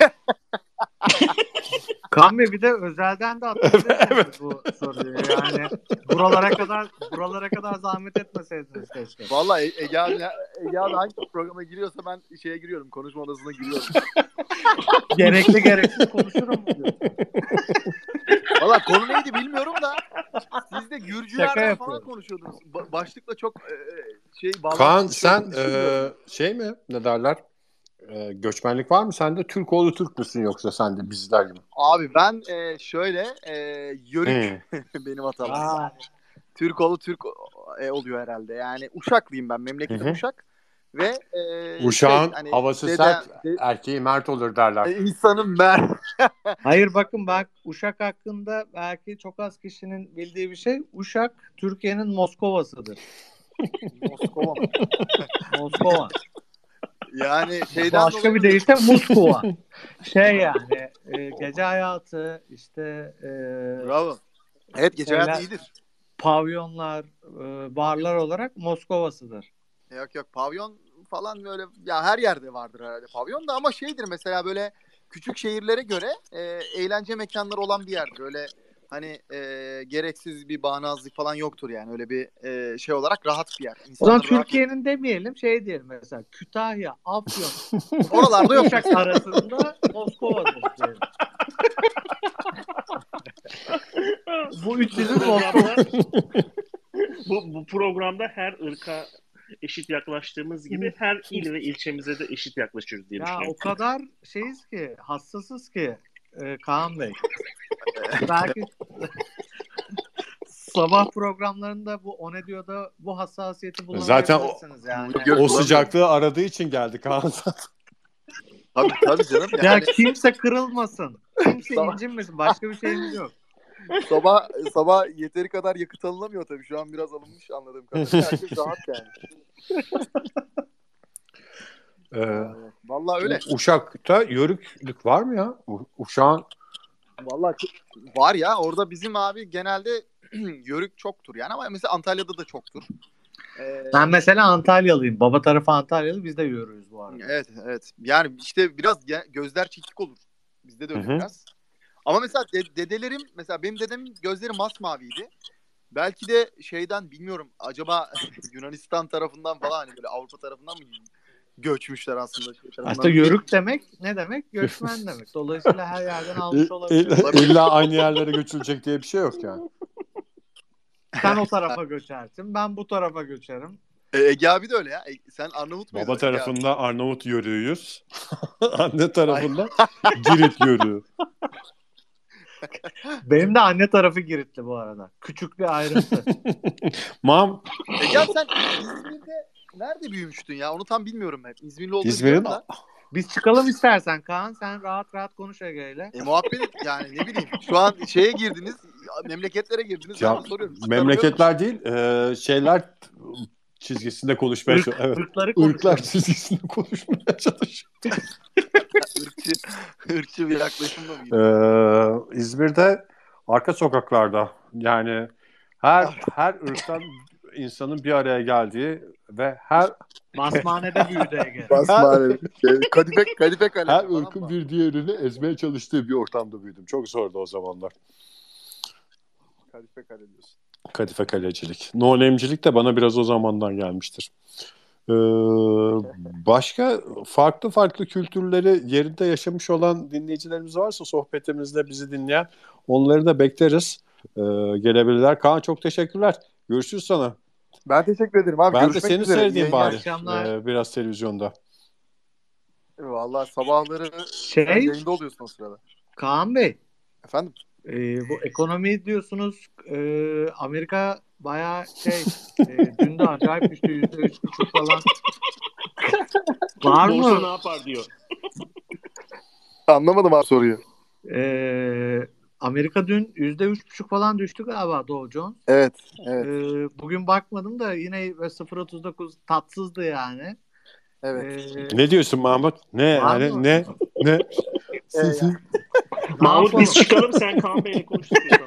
Kaan Bey bir de özelden de atabilirsiniz bu soruyu. Yani buralara kadar zahmet etmeseydiniz keşke. Vallahi Ege abi hangi programa giriyorsa ben şeye giriyorum. Konuşma odasına giriyorum. Gerekli gereksiz konuşurum diyor. Valla konu neydi bilmiyorum da siz de Gürcülerden falan yapıyorum. konuşuyordunuz. Başlıkla çok bağlantılı. Kaan sen şey mi ne derler? Göçmenlik var mı sende? Türk oğlu Türk müsün yoksa sen de bizler gibi? Abi ben Yörük benim atam. Türk oğlu Türk oluyor herhalde. Yani Uşaklıyım ben. Memleketim Uşak. Ve Uşağın havası sert, erkeği mert olur derler. İnsanın mert. Hayır bakın Uşak hakkında belki çok az kişinin bildiği bir şey. Uşak Türkiye'nin Moskova'sıdır. Moskova mı? Moskova. Yani şeyden başka bir deyişle Moskova. Yani gece hayatı işte bravo. Evet gece hayatı iyidir. Pavyonlar, barlar olarak Moskova'sıdır. Yok pavyon falan böyle ya her yerde vardır herhalde pavyon da ama şeydir mesela böyle küçük şehirlere göre eğlence mekanları olan bir yerdir. Öyle hani gereksiz bir bağnazlık falan yoktur yani. Öyle bir şey olarak rahat bir yer. O zaman İnsanlar rahat. Türkiye'nin demeyelim, şey diyelim mesela Kütahya, Afyon, Oralarda yok. Uşak arasında Moskova'dır diyelim. Bu üç bizim Moskova. bu programda her ırka eşit yaklaştığımız gibi her il ve ilçemize de eşit yaklaşıyoruz diye Ya düşünüyorum. o kadar şeyiz ki, hassasız ki Kaan Bey. Belki sabah programlarında bu O Ne Diyor'da bu hassasiyeti bulamayabilirsiniz yani. O sıcaklığı aradığı için geldi Kaan. Tabii canım. Ya Yani kimse kırılmasın. Kimse incinmesin. Başka bir şeyimiz yok. sabah yeteri kadar yakıt alınamıyor tabii. Şu an biraz alınmış anladığım kadarıyla. Herkes rahat yani. Vallahi öyle. Uşak'ta yörüklük var mı ya? Uşak'ın Vallahi var ya, orada bizim abi genelde yörük çoktur yani, ama mesela Antalya'da da çoktur. Ben mesela Antalyalıyım. Baba tarafı Antalyalı. Biz de yürüyoruz bu arada. Evet. Yani işte biraz gözler çekik olur. Bizde de öyle biraz. Ama mesela dedelerim, mesela benim dedemin gözleri masmaviydi. Belki de şeyden bilmiyorum, acaba Yunanistan tarafından falan, hani böyle Avrupa tarafından mı göçmüşler aslında? Aslında yörük demek ne demek? Göçmen demek. Dolayısıyla her yerden almış olabilir. İlla aynı yerlere göçülecek diye bir şey yok yani. Sen o tarafa göçersin. Ben bu tarafa göçerim. Ege abi de öyle ya. Sen Arnavut muydun? Baba tarafında Arnavut yörüğüyüz. Anne tarafında Girit yörüğü. Benim de anne tarafı Giritli bu arada. Küçük bir ayrıntı. Ege abi, sen İzmir'de nerede büyümüştün ya? Onu tam bilmiyorum ben. İzmirli olduğunu İzmir'in biliyorum da. Biz çıkalım istersen Kaan. Sen rahat rahat konuş Ege'yle. Muhabbet yani, ne bileyim. Şu an şeye girdiniz. Memleketlere girdiniz. Ya, ben de soruyorum. memleketler değil. Şeyler çizgisinde konuşmaya çalışıyor. Evet. Irklar çizgisinde konuşmaya çalışıyor. Irkçı bir yaklaşımla mı? İzmir'de arka sokaklarda yani her ırktan insanın bir araya geldiği ve her Basmane'de büyüdü Ege. Basmane. Kadife Kale. Her ırkın bir diğerini ezmeye çalıştığı bir ortamda büyüdüm. Çok zordu o zamanlar. Kadife Kale diyorsun. Kadife kalecilik. No name'cilik de bana biraz o zamandan gelmiştir. Başka farklı kültürleri yerinde yaşamış olan dinleyicilerimiz varsa sohbetimizde bizi dinleyen, onları da bekleriz. Gelebilirler. Kaan, çok teşekkürler. Görüşürüz sana. Ben teşekkür ederim abi. Ben de seni seyredeyim bari. Biraz televizyonda. Vallahi sabahları yayında oluyorsun o sırada. Kaan Bey. Efendim? Bu ekonomi diyorsunuz. Amerika bayağı dün de acayip düştü. %3,5 falan. Var mı? Ne yapar diyor. Anlamadım abi soruyu. Amerika dün %3,5 falan düştü galiba Dow Jones. Evet. Bugün bakmadım da yine 0,39 tatsızdı yani. Evet. Ne diyorsun Mahmut? Ne yani? Ne? Mahmut biz çıkalım, sen Kaan Bey'le konuşursun.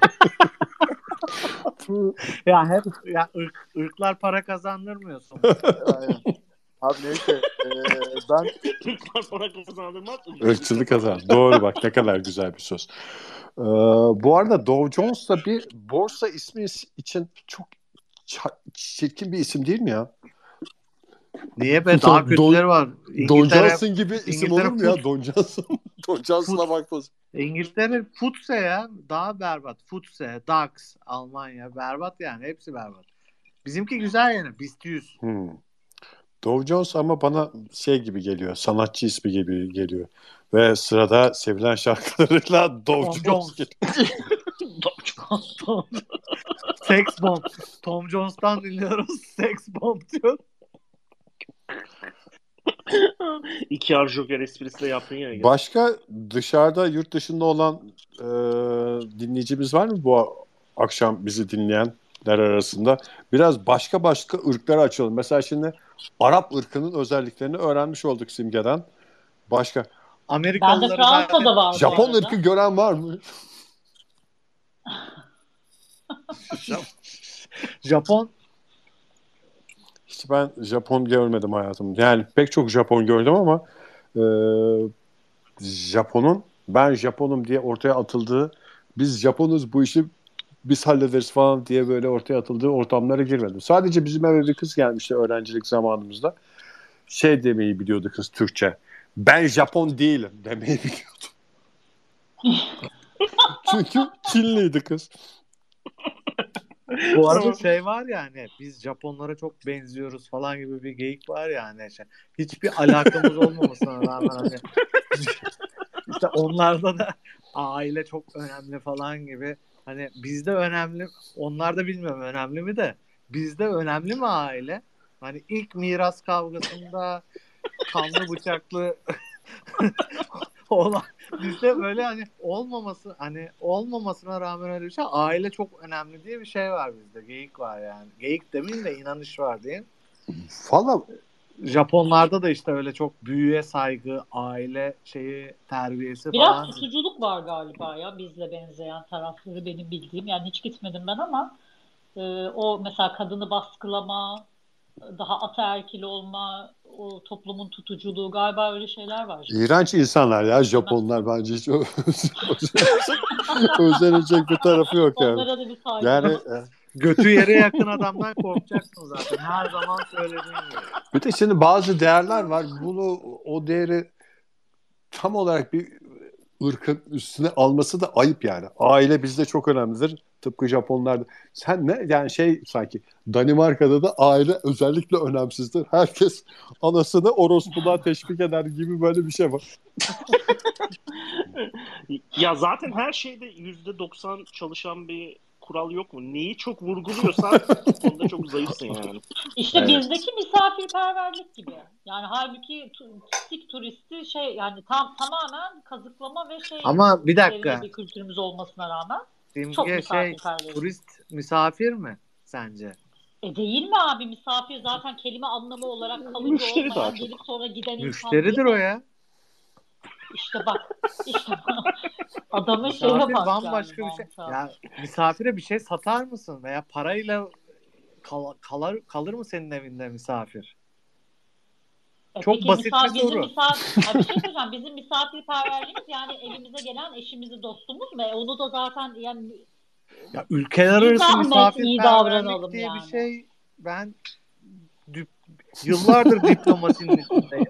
Ya hep ırklar para kazandırmıyorsun. Aynen. Abi neyse. Ben Irklar para kazandırmaz. Irkçılık kazan. Doğru, bak ne kadar güzel bir söz. Bu arada Dow Jones da bir borsa ismi için çok çirkin bir isim değil mi ya? Niye be? Daha kötüleri var. Don Johnson gibi isim olur mu ya? Don Johnson. Don Johnson'a bakmaz. İngiltere FTSE ya. Daha berbat. FTSE, DAX, Almanya. Berbat yani. Hepsi berbat. Bizimki güzel yani. BIST 100. Dow Jones ama bana şey gibi geliyor. Sanatçı ismi gibi geliyor. Ve sırada sevilen şarkılarıyla Dow Jones geliyor. Sex Bomb. Tom Jones'tan dinliyoruz. Sex Bomb diyor. İki Joker esprisi de yaptın ya. Başka dışarıda, yurt dışında olan dinleyicimiz var mı bu akşam bizi dinleyenler arasında? Biraz başka ırklara açalım. Mesela şimdi Arap ırkının özelliklerini öğrenmiş olduk Simge'den. Başka? Amerikalıları Fransa'da var. Japon ırkı gören var mı? Japon. Hiç ben Japon görmedim hayatımda. Yani pek çok Japon gördüm ama ben Japonum diye ortaya atıldığı, biz Japonuz bu işi biz hallederiz falan diye böyle ortaya atıldığı ortamlara girmedim. Sadece bizim eve bir kız gelmişti öğrencilik zamanımızda. Şey demeyi biliyordu kız Türkçe. Ben Japon değilim demeyi biliyordu. Çünkü Çinliydi kız. Bu arada şey var ya hani biz Japonlara çok benziyoruz falan gibi bir geyik var ya hani hiçbir alakamız olmamasına rağmen hani işte onlarda da aile çok önemli falan gibi hani bizde önemli onlarda bilmiyorum önemli mi de bizde önemli mi aile? Hani ilk miras kavgasında kanlı bıçaklı olan bizde böyle hani olmamasına rağmen öyle bir şey aile çok önemli diye bir şey var bizde geyik var yani geyik demeyeyim de inanış var diyeyim. Valla Japonlarda da işte öyle çok büyüye saygı aile şeyi terbiyesi Biraz falan. tutuculuk var galiba ya bizle benzeyen tarafları benim bildiğim. Yani hiç gitmedim ben ama o mesela kadını baskılama, daha ataerkil olma, o toplumun tutuculuğu galiba öyle şeyler var. İğrenç insanlar ya Japonlar bence hiç özenecek bir tarafı yok yani. Onlara da bir saygı. Yani Götü yere yakın adamdan korkacaksın zaten. Her zaman söylediğim gibi. bir de şimdi bazı değerler var. O değeri tam olarak bir ırkın üstüne alması da ayıp yani. Aile bizde çok önemlidir. Tıpkı Japonlarda. Sen ne? Yani sanki Danimarka'da da aile özellikle önemsizdir. Herkes anasını orospudan teşvik eder gibi böyle bir şey var. Ya zaten her şeyde %90 çalışan bir kural yok mu? Neyi çok vurguluyorsan o konuda çok zayıfsın yani. İşte Evet. bizdeki misafirperverlik gibi. Yani halbuki pislik turisti yani tamamen kazıklama ve Ama bir dakika. üzerine bir kültürümüz olmasına rağmen çok Simge misafirperver. turist misafir mi sence? Değil mi abi misafir zaten kelime anlamı olarak kalıcı Müşteri olmayan daha çok. gelip sonra giden insan Müşteridir değil o mi? ya. İşte bak adamın Misafir bak bambaşka yani, bir şey. mantığa. Ya misafire bir şey satar mısın veya parayla kalır mı senin evinde misafir? Çok Peki basit bir bizim soru. bir şey söyleyeceğim. Bizim misafirperverliğimiz yani evimize gelen eşimizi dostumuz mu? Onu da zaten yani Ya ülkeler bir arası zahmet iyi misafirperverlik davranalım diye yani. bir şey ben yıllardır diplomasinin içindeyim.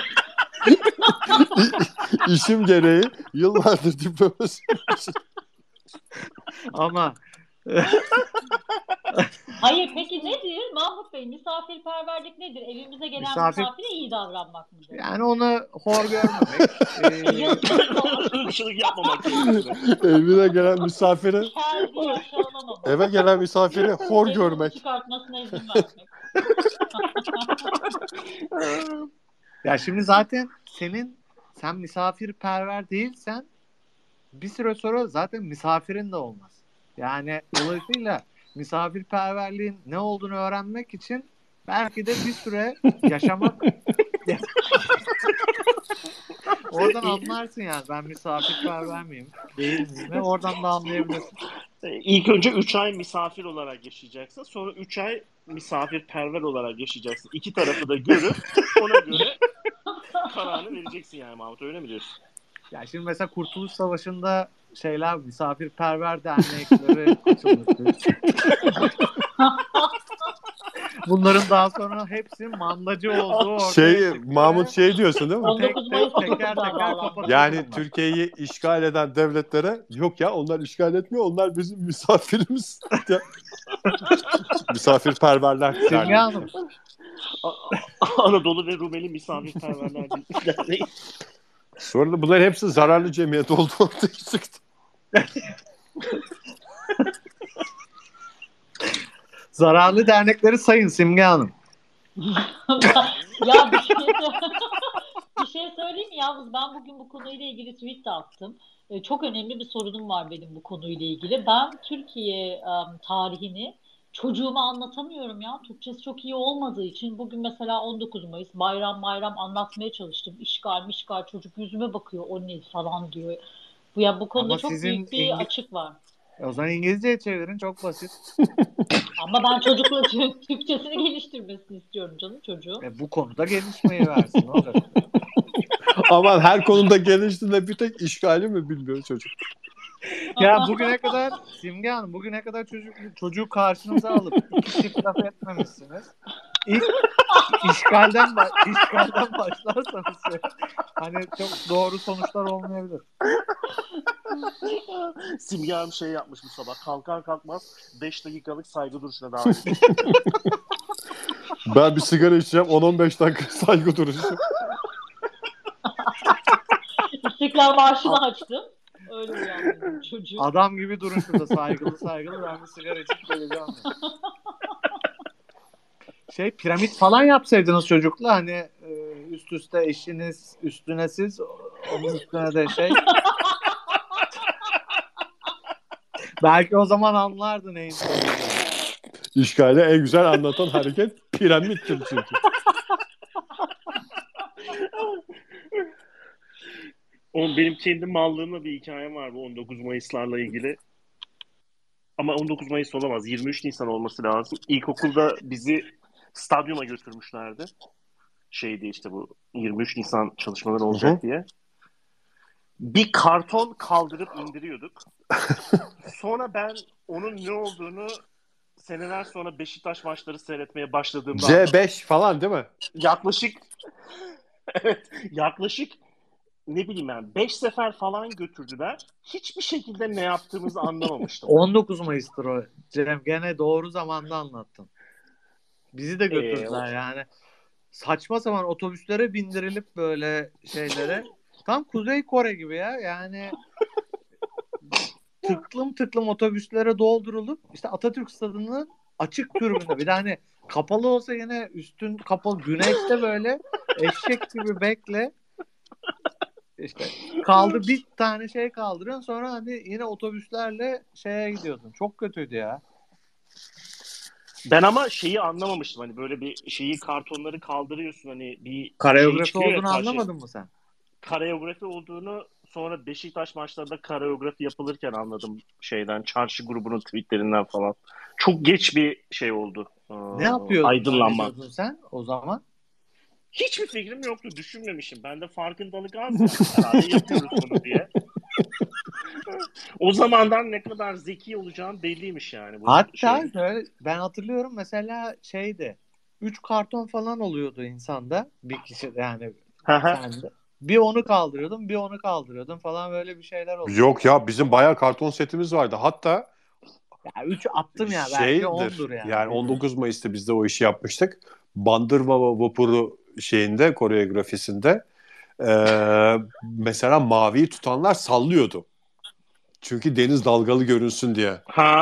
İşim gereği yıllardır diplomasi. Ama Hayır peki nedir Mahmut Bey? Misafirperverlik nedir? Evimize gelen misafire iyi davranmak mıdır? Yani onu hor görmemek. Irkçılık yapmamak gerekiyor. Evine gelen misafire Kel diye aşağılamamak. eve gelen misafire hor Kedinin görmek. çıkartmasına izin vermek. Ya şimdi zaten sen misafirperver değilsen bir süre sonra zaten misafirin de olmaz. Yani dolayısıyla misafirperverliğin ne olduğunu öğrenmek için belki de bir süre yaşamak oradan anlarsın yani ben misafirperver miyim değil miyim ve oradan da anlayabilirsin. İlk önce 3 ay misafir olarak yaşayacaksın. Sonra 3 ay misafirperver olarak yaşayacaksın. İki tarafı da görüp ona göre kararını vereceksin yani Mahmut. Öyle mi diyorsun? Ya şimdi mesela Kurtuluş Savaşı'nda misafirperver dernekleri açılmıştı. Bunların daha sonra hepsi mandacı olduğu ortaya çıktı. Mahmut diyorsun değil mi? 19 Mayıs teker bağlandı. kapatıldı. Yani Türkiye'yi işgal eden devletlere yok ya onlar işgal etmiyor onlar bizim misafirimiz. Misafirperverler. Simge Hanım. Anadolu ve Rumeli Misafirperverler Derneği. Sonra da bunların hepsi zararlı cemiyet olduğu ortaya çıktı. Zararlı dernekleri sayın Simge Hanım. Ya bir şey söyleyeyim mi yalnız ben bugün bu konuyla ilgili tweet de attım. Çok önemli bir sorunum var benim bu konuyla ilgili. Ben Türkiye tarihini çocuğuma anlatamıyorum ya. Türkçesi çok iyi olmadığı için bugün mesela 19 Mayıs bayram anlatmaya çalıştım. İşgal çocuk yüzüme bakıyor o ne falan diyor. Bu konuda Ama çok büyük bir açık var. O zaman İngilizceye çevirin çok basit. Ama ben çocukla Türkçesini geliştirmesini istiyorum canım çocuğum. Bu konuda gelişmeyi versin. Olur. Aman her konuda geliştiğinde bir tek işgali mi bilmiyor çocuk? Ya bugüne kadar Simge Hanım bugüne kadar çocuğu karşınıza alıp iki çift laf etmemişsiniz. İlk işgalden başlarsanız hani çok doğru sonuçlar olmayabilir. Simge Hanım şey yapmış bu sabah. Kalkar kalkmaz 5 dakikalık saygı duruşuna davet etmiş. Ben bir sigara içeceğim 10-15 dakika saygı duruşu. İstiklal Marşı'nı açtım. Öyle uyandırdım çocuğu. Adam gibi durun şurada saygılı ben bir sigara içip geleceğim. Piramit falan yapsaydınız çocukla hani üst üste eşiniz üstüne siz onun üstüne de belki o zaman anlardı neyin söylediğini. İşgali en güzel anlatan hareket piramittir çünkü. Benim kendi mallığımla bir hikayem var bu 19 Mayıs'larla ilgili. Ama 19 Mayıs olamaz. 23 Nisan olması lazım. İlkokulda bizi stadyuma götürmüşlerdi. İşte bu 23 Nisan çalışmaları olacak diye. Bir karton kaldırıp indiriyorduk. Sonra ben onun ne olduğunu seneler sonra Beşiktaş maçları seyretmeye başladığımda C5 falan değil mi? yaklaşık ne bileyim ben 5 sefer falan götürdüler. Hiçbir şekilde ne yaptığımızı anlamamıştım. 19 Mayıs'tır o. Cem gene doğru zamanda anlattın. Bizi de götürdüler yani. Saçma sapan otobüslere bindirilip böyle şeylere. Tam Kuzey Kore gibi ya. Yani tıklım otobüslere doldurulup işte Atatürk Stadı'nın açık tribünde. Bir de hani kapalı olsa yine üstün kapalı güneşte böyle eşek gibi bekle. İşte bir tane kaldırıyorsun sonra hani yine otobüslerle gidiyordun. Çok kötüydü ya. Ben ama anlamamıştım hani böyle bir kartonları kaldırıyorsun hani bir Koreografi olduğunu anlamadın mı sen? Koreografi olduğunu sonra Beşiktaş maçlarında koreografi yapılırken anladım çarşı grubunun tweetlerinden falan. Çok geç bir oldu. Ne yapıyordun? Aydınlanma. Sen o zaman? Hiçbir fikrim yoktu. Düşünmemişim. Ben de farkındalık az herhalde yapıyoruz bunu diye. O zamandan ne kadar zeki olacağım belliymiş yani. Hatta ben hatırlıyorum mesela 3 karton falan oluyordu insanda. Bir kişi yani sende. Bir onu kaldırıyordum falan böyle bir şeyler oluyordu. Yok ya bizim bayağı karton setimiz vardı. Hatta 3 attım ya belki 10'dur yani. Yani 19 Mayıs'ta biz de o işi yapmıştık. Bandırma Vapuru koreografisinde mesela maviyi tutanlar sallıyordu. Çünkü deniz dalgalı görünsün diye.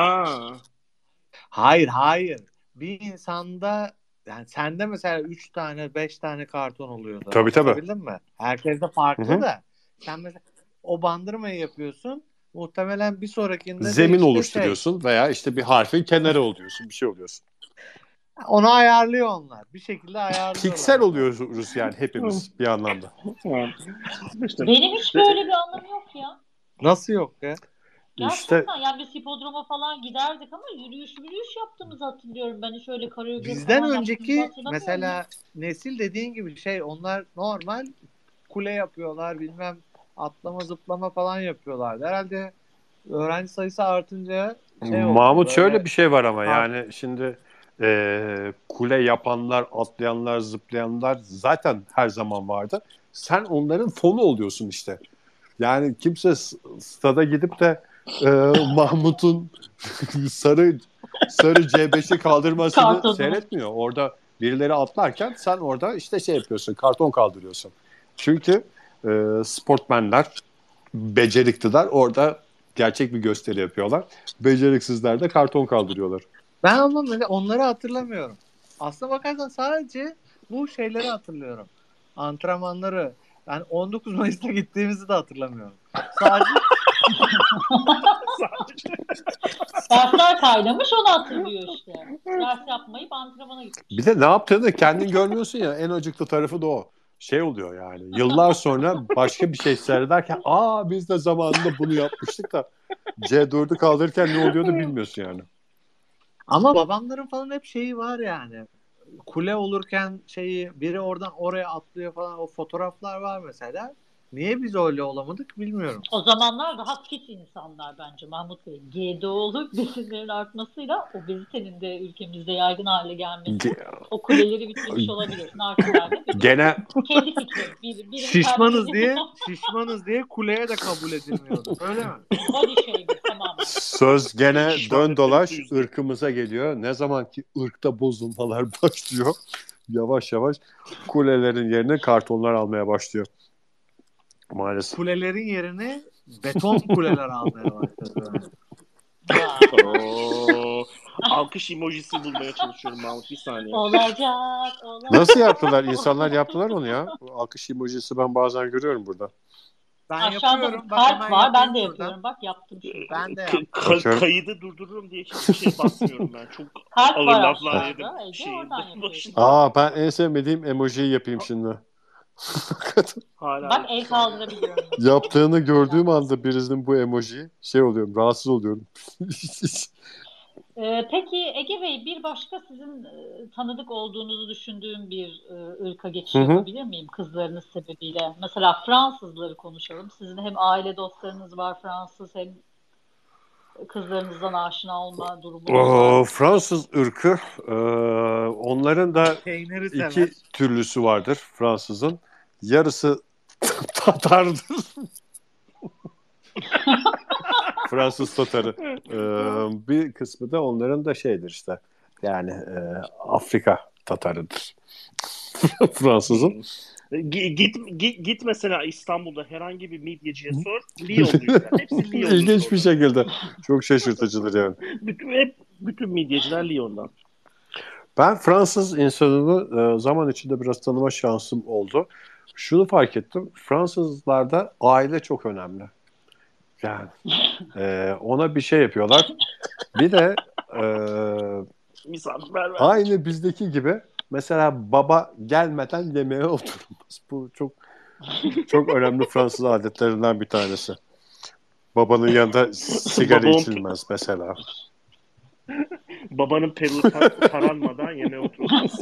Hayır. Bir insanda yani sende mesela 3 tane 5 tane karton oluyordu. Tabii. Bildin mi? Herkes de farklı da. Sen mesela o bandırmayı yapıyorsun. Muhtemelen bir sonrakinde zemin oluşturuyorsun veya işte bir harfin kenarı oluyorsun. Bir şey oluyorsun. Onu ayarlıyor onlar. Bir şekilde ayarlıyorlar. Piksel oluyoruz yani hepimiz bir anlamda. Benim hiç böyle bir anlamı yok ya. Nasıl yok ya? Gerçekten yani biz hipodroma falan giderdik ama yürüyüş yaptığımızı hatırlıyorum. Ben hiç öyle koreografi bizden önceki mesela nesil dediğin gibi onlar normal kule yapıyorlar bilmem atlama zıplama falan yapıyorlardı. Herhalde öğrenci sayısı artınca Mahmut şöyle bir şey var ama yani şimdi kule yapanlar, atlayanlar, zıplayanlar zaten her zaman vardı. Sen onların fonu oluyorsun işte. Yani kimse stada gidip de Mahmut'un sarı C5'i kaldırmasını seyretmiyor. Orada birileri atlarken sen orada işte yapıyorsun, karton kaldırıyorsun. Çünkü sportmenler, becerikliler orada gerçek bir gösteri yapıyorlar. Beceriksizler de karton kaldırıyorlar. Ben onları hatırlamıyorum. Aslına bakarsan sadece bu şeyleri hatırlıyorum. Antrenmanları. Ben 19 Mayıs'ta gittiğimizi de hatırlamıyorum. Sadece dersler kaynamış onu hatırlıyor işte. Ders yapmayıp antrenmana gitmiş. Bir de ne yaptığını kendin görmüyorsun ya, en acıklı tarafı da o. Oluyor yani. Yıllar sonra başka bir şey seyrederken biz de zamanında bunu yapmıştık da C4'ü kaldırırken ne oluyordu bilmiyorsun yani. Ama babamların falan hep var yani. Kule olurken biri oradan oraya atlıyor falan, o fotoğraflar var mesela. Niye biz öyle olamadık bilmiyorum. O zamanlar daha fit insanlar bence Mahmut Bey. GDO'lu besinlerin artmasıyla obezitenin de ülkemizde yaygın hale gelmesi o kuleleri bitmiş olabilir. Narkolarda. Gene Kendi fikrim. Biri şişmanız diye kuleye de kabul edilmiyordu. Öyle mi? body shaming tamamen. söz gene Şişmanlık dön dolaş yüzde. ırkımıza geliyor. Ne zaman ki ırkta bozulmalar başlıyor, yavaş yavaş kulelerin yerine kartonlar almaya başlıyor. Maalesef. Kulelerin yerini beton kuleler almaya başladı. Oo. Alkış emojisi bulmaya çalışıyorum Mahmut, bir saniye. Olacak. Nasıl yaptılar? İnsanlar yaptılar onu ya. Bu alkış emojisi ben bazen görüyorum burada. Ben Aşağıda yapıyorum. Bak kalp hemen var. Ben de yapıyorum yapıyorum. Bak yaptım şimdi. Ben de Ka- yaptım. Bakıyorum. kaydı durdururum diye hiçbir şey basmıyorum ben. Çok Kalp ağır var laflar aşağıda. yedim. Ege oradan yapıyorsun. Ben en sevmediğim emojiyi yapayım şimdi. Hala Bak el kaldırabiliyorum. Yaptığını gördüğüm anda birisinin bu emojiyi oluyorum, rahatsız oluyorum. Peki Ege Bey, bir başka sizin tanıdık olduğunuzu düşündüğüm bir ırka geçiş Hı hı. yapabilir miyim kızlarınız sebebiyle? Mesela Fransızları konuşalım. Sizin hem aile dostlarınız var Fransız, hem kızlarınızdan aşina olma durumunuz var. Fransız ırkı, onların da Peyniri iki sever. türlüsü vardır Fransızın. Yarısı Tatardır. Fransız Tatarı. Bir kısmı da onların da şeydir işte. Yani Afrika Tatarıdır. Fransızın. Git mesela İstanbul'da herhangi bir midyeciye sor. Lyon'luylar. Hepsi Lyon'lu. İlginç bir şekilde. Çok şaşırtıcıdır yani. Bütün midyeciler Lyon'dan. Ben Fransız insanını zaman içinde biraz tanıma şansım oldu. Şunu fark ettim. Fransızlarda aile çok önemli. Yani ona bir şey yapıyorlar. Bir de Misafirperver. aynı bizdeki gibi mesela baba gelmeden yemeğe oturulmaz. Bu çok önemli Fransız adetlerinden bir tanesi. Babanın yanında sigara Babam- içilmez mesela. Babanın peruğu taranmadan yemeğe oturmaz.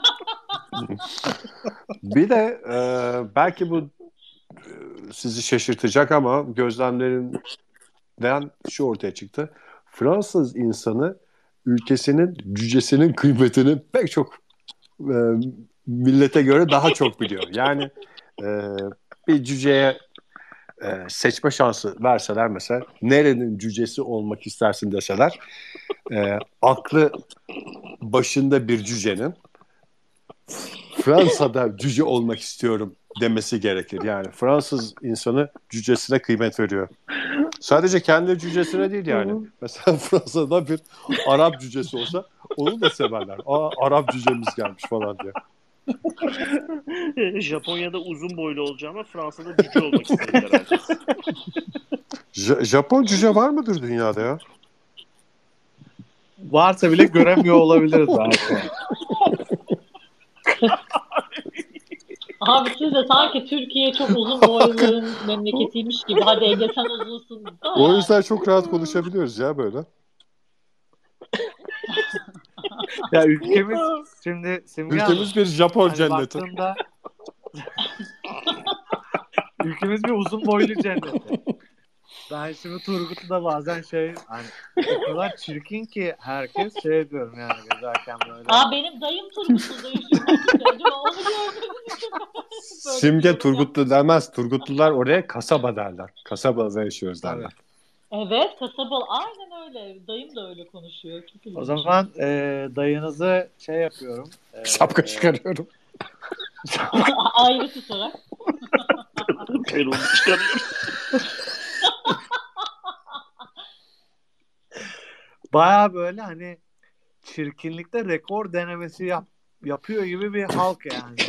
Bir de belki bu sizi şaşırtacak ama gözlemlerinden şu ortaya çıktı. Fransız insanı ülkesinin cücesinin kıymetini pek çok millete göre daha çok biliyor. Yani bir cüceye seçme şansı verseler mesela nerenin cücesi olmak istersin deseler aklı başında bir cücenin Fransa'da cüce olmak istiyorum demesi gerekir. Yani Fransız insanı cücesine kıymet veriyor. Sadece kendi cücesine değil yani. Mesela Fransa'da bir Arap cücesi olsa onu da severler. Arap cücemiz gelmiş falan diye. Japonya'da uzun boylu olacağıma Fransa'da cüce olmak istedim herhalde. Japon cüce var mıdır dünyada ya? Varsa bile göremiyor olabiliriz belki. Abi siz de sanki Türkiye çok uzun boyluların memleketiymiş gibi. Hadi Ege sen uzunsun. Da O yani. yüzden çok rahat konuşabiliyoruz ya böyle. Ya ülkemiz şimdi Simge Hanım, Ülkemiz bir Japon hani cenneti. baktığında ülkemiz bir uzun boylu cenneti. Ben şimdi Turgut'u da bazen hani o kadar çirkin ki herkes diyorum yani gezerken böyle. Benim dayım Turgutlu'da yaşıyor. Acaba onu gördünüz mü? Böyle Simge bir Turgutlu demez. Turgutlular oraya kasaba derler. Kasabada yaşıyoruz derler. Evet, kasabal. Aynen öyle. Dayım da öyle konuşuyor. Çok ilginç. O zaman dayınızı yapıyorum. Şapka çıkarıyorum. Ayrı tutarak. Peruğu çıkarıyorum. Baya böyle hani çirkinlikte rekor denemesi yapıyor gibi bir halk yani.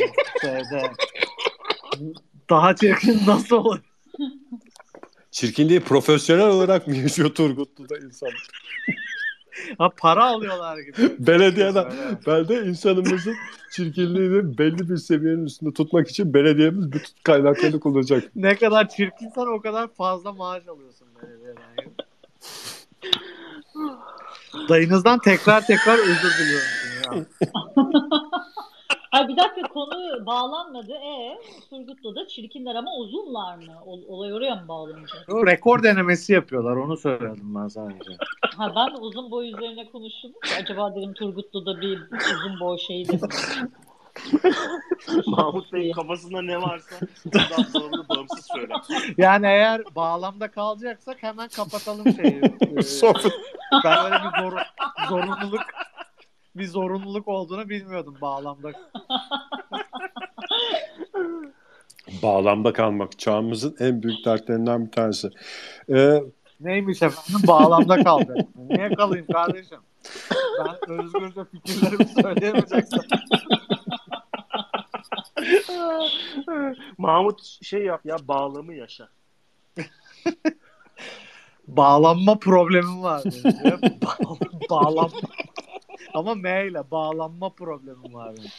Daha çirkin nasıl olur? Çirkinliği profesyonel olarak mı yaşıyor Turgutlu'da insan? Para alıyorlar gibi. Belediyeden. Böyle. Ben de insanımızın çirkinliğini belli bir seviyenin üstünde tutmak için belediyemiz bütün kaynaklarını kullanacak. Ne kadar çirkinsen o kadar fazla maaş alıyorsun belediyeden. Dayınızdan tekrar özür diliyorum. Ya. Ay bir dakika, konu bağlanmadı. Turgutlu'da çirkinler ama uzunlar mı? Olay oraya mı bağlanacak? O rekor denemesi yapıyorlar. Onu söyledim ben sadece. Ha, ben uzun boy üzerine konuştum. Acaba dedim Turgutlu'da bir uzun boy şeyi de mi var? Mahmut Bey'in kafasında ne varsa bundan bağımsız söyle. Yani eğer bağlamda kalacaksak hemen kapatalım şeyi. Sohbet. Ben öyle bir zorunluluk olduğunu bilmiyordum bağlamda. Bağlamda kalmak çağımızın en büyük dertlerinden bir tanesi. Neymiş efendim? Bağlamda kaldı. Niye kalayım kardeşim? Ben özgürce fikirlerimi söyleyemeyeceksem. Mahmut şey yap ya, bağlamı yaşa. Bağlanma problemim var benim. Bağlanma. Ama M ile bağlanma problemim var benim.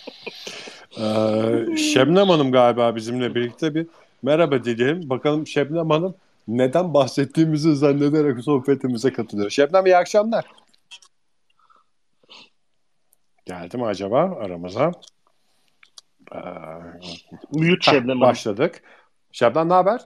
Şebnem Hanım galiba bizimle birlikte bir merhaba diyelim. Bakalım Şebnem Hanım neden bahsettiğimizi zannederek sohbetimize katılıyor. Şebnem, iyi akşamlar. Geldi mi acaba aramıza? Mute Şebnem Hanım. Başladık. Şebnem, ne haber?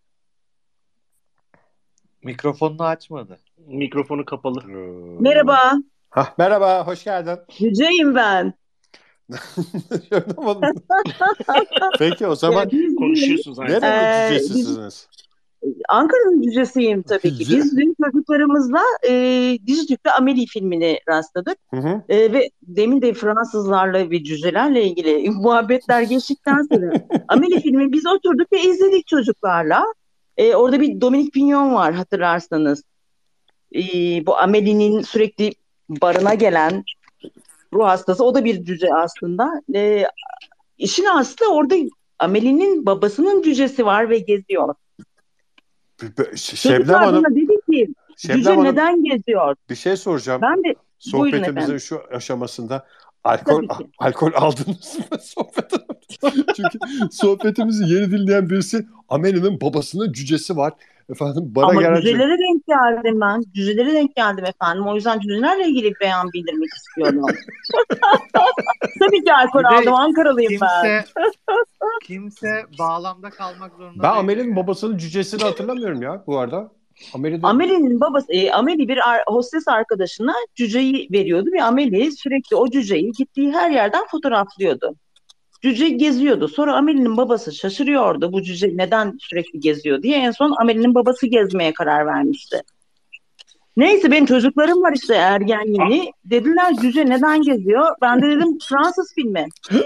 Mikrofonunu açmadı. Mikrofonu kapalı. Merhaba, Merhaba, hoş geldin. Yüce'yim ben. Şebnem Hanım. Peki o zaman Konuşuyorsunuz aynı zamanda. nerenin Biz cücesisiniz? Ankara'nın cücesiyim tabii ki. Biz dün çocuklarımızla Dijitürk'te Amélie filmini rastladık. Hı. Ve demin de Fransızlarla ve cücelerle ilgili muhabbetler geçtikten sonra Amélie filmi biz oturduk ve izledik çocuklarla. Orada bir Dominique Pignon var, hatırlarsanız. Bu Amélie'nin sürekli barına gelen ruh hastası. O da bir cüce aslında. İşin aslı orada Amélie'nin babasının cücesi var ve geziyor. Şebnem Çocuklar Hanım, bana dedi ki Şebnem cüce Hanım, neden geziyor? bir şey soracağım. Ben de buyurun Sohbetimizin efendim. şu aşamasında Tabii ki. alkol aldınız mı sohbete? Çünkü sohbetimizi yeni dinleyen birisi Amelie'nin babasının cücesi var. Efendim bana Ama gelen cücelere denk geldim ben. Cücelere denk geldim efendim. O yüzden cücelerle ilgili bir beyan bildirmek istiyorum. Tabii ki alkol Bir de aldım. Ankaralıyım ben. Kimse bağlamda kalmak zorunda ben değil. Amelie'nin babasının cücesini hatırlamıyorum ya bu arada. Amelie'nin babası, Amelie bir hostes arkadaşına cüceyi veriyordu ve Amelie sürekli o cüceyi gittiği her yerden fotoğraflıyordu. Cüce geziyordu. Sonra Amelie'nin babası şaşırıyordu bu cüce neden sürekli geziyor diye. En son Amelie'nin babası gezmeye karar vermişti. Neyse benim çocuklarım var işte ergen yeni. Dediler cüce neden geziyor? Ben de dedim Fransız filmi.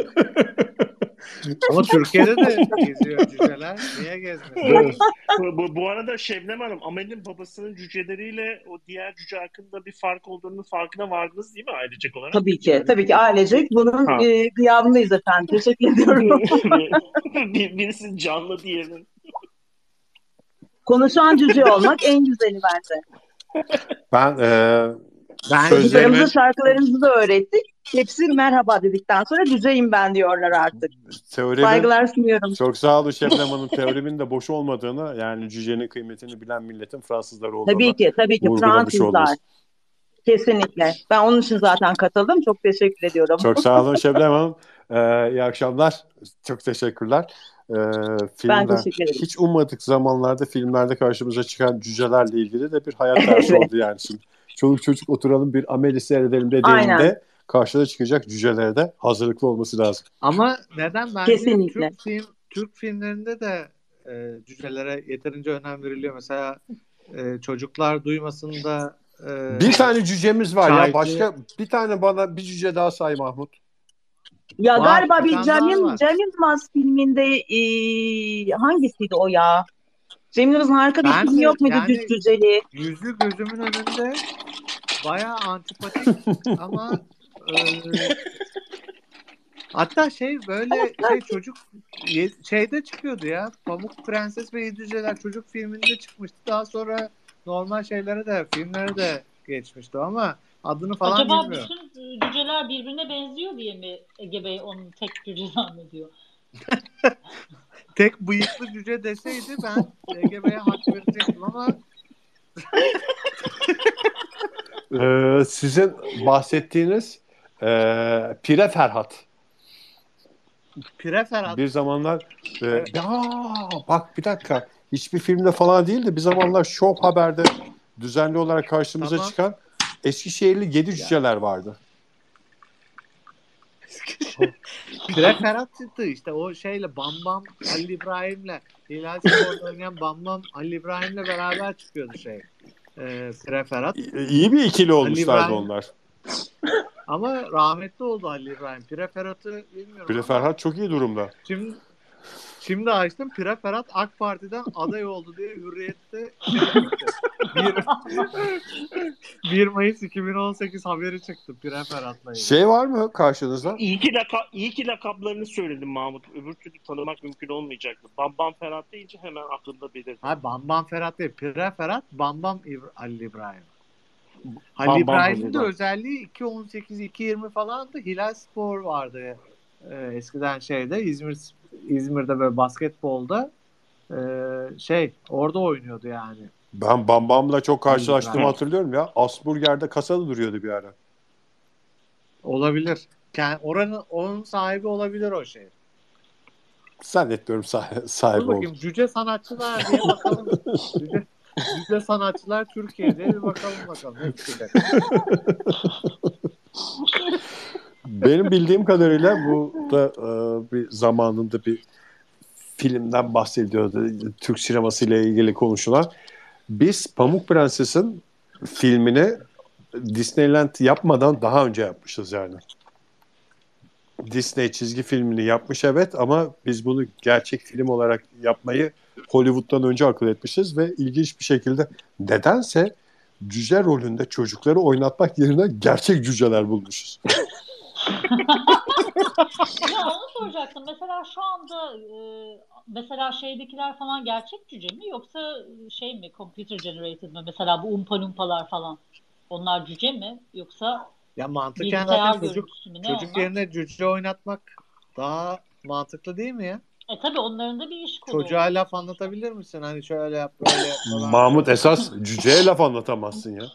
Ama Türkiye'de de geziyor cüceler. Niye gezmiyor? Bu arada Şebnem Hanım, Amel'in babasının cüceleriyle o diğer cüce hakkında bir fark olduğunun farkına vardınız değil mi ailecek olarak? Tabii ki. Tabii ki ailecek bunun gıyabındayız efendim. Teşekkür ediyorum. Birisinin canlı, diğerinin. Konuşan cüce olmak en güzeli bence. Ben Çocuklarımıza şarkılarımızı da öğrettik. Hepsi merhaba dedikten sonra cüceyim ben diyorlar artık. Saygılar sunuyorum. Çok sağ olun Şebnem Hanım. Teorimin de boş olmadığını, yani cücenin kıymetini bilen milletin Fransızlar olduğunu Tabii ki Fransızlar. oldunuz. Kesinlikle. Ben onun için zaten katıldım. Çok teşekkür ediyorum. Çok sağ olun Şebnem Hanım. İyi akşamlar. Çok teşekkürler. Ben teşekkür ederim. Hiç ummadık zamanlarda filmlerde karşımıza çıkan cücelerle ilgili de bir hayat dersi oldu yani. Şimdi çoluk çocuk oturalım bir Amélie seyredelim dediğinde karşıda çıkacak cücelere de hazırlıklı olması lazım. Ama neden Kesinlikle. Türk filmlerinde de cücelere yeterince önem veriliyor. Mesela çocuklar duymasında bir tane cücemiz var Çaycı. ya, başka bir tane bana bir cüce daha say Mahmut. Ya Var, galiba bir bir tane daha var. Cem Yılmaz filminde hangisiydi o ya? Cem Yılmaz'ın harika bir Ben filmi de yok muydu yani- cüceli? yüzü gözümün önünde bayağı antipatik ama hatta böyle çocuk şeyde çıkıyordu ya. Pamuk Prenses ve Yedi Cüceler çocuk filminde çıkmıştı. Daha sonra normal filmlere de geçmişti ama adını falan Acaba bilmiyorum. bütün cüceler birbirine benziyor diye mi Ege Bey onun tek cüce zannediyor? Tek bıyıklı cüce deseydi ben Ege Bey'e hak verecektim ama Sizin bahsettiğiniz Pire Ferhat. Pire Ferhat. Bir zamanlar bak bir dakika. Hiçbir filmde falan değil de bir zamanlar Show Haber'de düzenli olarak karşımıza Tamam. çıkan Eskişehirli 7 cüceler vardı. Pire Ferhat çıktı işte o şeyle Bam Halil İbrahim'le Hilal Spor'da oynayan Bam Halil İbrahim'le beraber çıkıyordu şey. Pire Ferhat. İyi bir ikili olmuşlardı İbrahim- onlar. Ama rahmetli oldu Halil İbrahim. Pire Ferhat'ı bilmiyorum Pire ama Ferhat çok iyi durumda. Şimdi açtım. Pire Ferhat AK Parti'den aday oldu diye Hürriyet'te şey çıktı. 1 Mayıs 2018 haberi çıktı Pire Ferhat'la ilgili. Şey var mı karşınızda? İyi ki lakaplarını söyledim Mahmut. Öbür türlü tanımak mümkün olmayacaktı. Bam Ferhat deyince hemen aklımda belirdi. Hayır Bam Ferhat değil. Pire Ferhat Halil İbrahim. Bam Halil İbrahim'in Halil de İbrahim. özelliği 2.18-2.20 falandı. Hilal Spor vardı. Eskiden şeyde İzmir'de böyle basketbolda orada oynuyordu yani. Ben Bam Bam'la çok karşılaştığımı Evet. hatırlıyorum ya. Asburger'de kasada duruyordu bir ara. Olabilir. Yani onun sahibi olabilir o şey. Zannetmiyorum Dur sahibi bakayım oldu. cüce sanatçılar diye bakalım. Cüce sanatçılar Türkiye'de bir bakalım ne çıkacak. Benim bildiğim kadarıyla bu da bir zamanında bir filmden bahsediyordu. Türk sineması ile ilgili konuşulan. Biz Pamuk Prenses'in filmini Disneyland yapmadan daha önce yapmışız yani. Disney çizgi filmini yapmış evet ama biz bunu gerçek film olarak yapmayı Hollywood'dan önce akıl etmişiz ve ilginç bir şekilde nedense cüce rolünde çocukları oynatmak yerine gerçek cüceler bulmuşuz. Ya onu soracaktım. Mesela şu anda mesela şeydekiler falan gerçek cüce mi yoksa şey mi computer generated mi? Mesela bu Umpa Lumpalar falan. Onlar cüce mi yoksa Ya mantıken bilgisayar zaten görüntüsü mü? Ne çocuk onlar? yerine cüce oynatmak daha mantıklı değil mi ya? Tabii onların da bir iş kolu Çocuğa oluyor laf sonuçta. anlatabilir misin? Hani şöyle yap böyle yap falan. Mahmut esas cüceye laf anlatamazsın ya.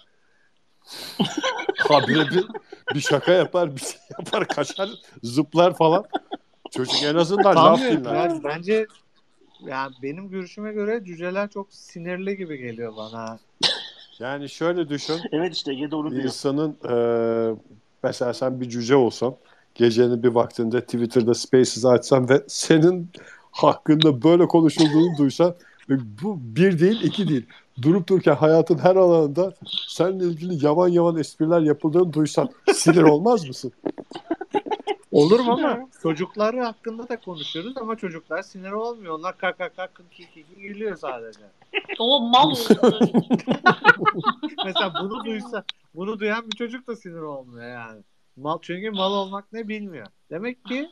Habire bir şaka yapar, bir şey yapar, kaçar, zıplar falan. Çocuk en azından laf Sanmıyorum dinler. ya. Bence yani benim görüşüme göre cüceler çok sinirli gibi geliyor bana. Yani şöyle düşün. Evet işte Ege doğru diyor. İnsanın mesela sen bir cüce olsan gecenin bir vaktinde Twitter'da Spaces açsan ve senin hakkında böyle konuşulduğunu duysan ve bu bir değil iki değil. Durup dururken hayatın her alanında seninle ilgili yavan espriler yapıldığını duysan sinir olmaz mısın? Olur mu ama çocukları hakkında da konuşuyoruz ama çocuklar sinir olmuyor. Onlar kaka gülüyor sadece. O mal oldukları için. Mesela bunu duyan bir çocuk da sinir olmuyor yani. Çünkü mal olmak ne bilmiyor. Demek ki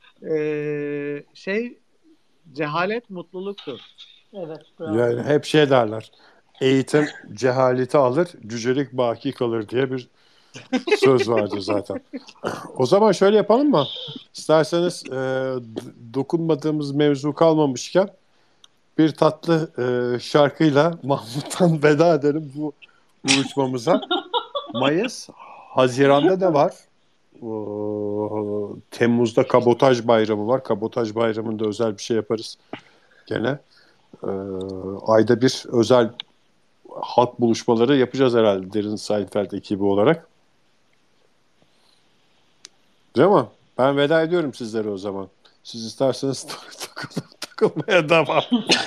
cehalet mutluluktur. Evet, bravo. Yani hep şey derler. Eğitim cehaleti alır, cücelik baki kalır diye bir söz vardı zaten. O zaman şöyle yapalım mı? İsterseniz dokunmadığımız mevzu kalmamışken bir tatlı şarkıyla Mahmut'tan veda edelim bu buluşmamıza. Mayıs, Haziran'da da var. Temmuz'da Kabotaj Bayramı var. Kabotaj Bayramı'nda özel bir şey yaparız gene. Ayda bir özel halk buluşmaları yapacağız herhalde Derin Seinfeld ekibi olarak. Değil mi? Ben veda ediyorum sizlere o zaman. Siz isterseniz takılmaya devam.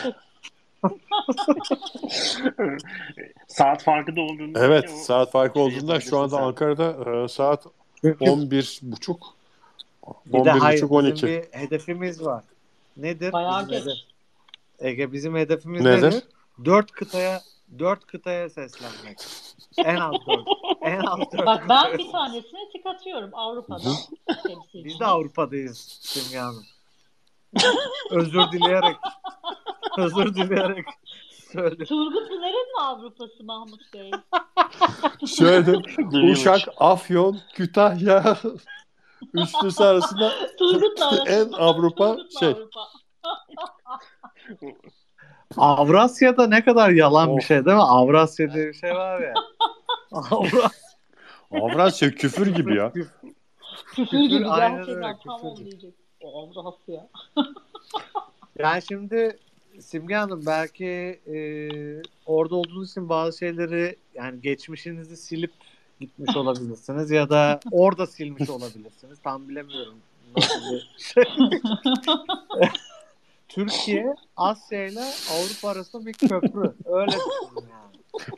Saat farkı da olduğunda. Evet, o saat farkı şeyi olduğunda şu anda paylaşırsan. Ankara'da saat Çünkü 11.30. bir de hayır 11.30-12. bizim bir hedefimiz var. Nedir? Bayağı Bizim geç. Ege bizim hedefimiz Nedir? nedir? 4 kıtaya seslenmek. En az 4. En az 4 Bak ben bir tanesine tik atıyorum Avrupa'dan temsilcimiz. Biz de Avrupa'dayız Simge Hanım. Özür dileyerek söyle. Turgut bu nerenin Avrupa'sı Mahmut Bey? Şöyle Duyuyormuş. Uşak, Afyon, Kütahya üçlüsü arasında Turgut'la en Avrupa Turgut'la Avrupa. Avrasya'da ne kadar yalan bir Of. şey değil mi? Avrasya diye bir şey var ya. Avrasya küfür gibi ya. Küfür gibi aynen gerçekten öyle, tam küfür onu gibi. diyecek. Avrasya. Yani şimdi Simge Hanım belki orada olduğunuz için bazı şeyleri yani geçmişinizi silip gitmiş olabilirsiniz ya da orada silmiş olabilirsiniz. Tam bilemiyorum. Nasıl bir şey. Türkiye Asya ile Avrupa arasında bir köprü. Öyle düşünün yani.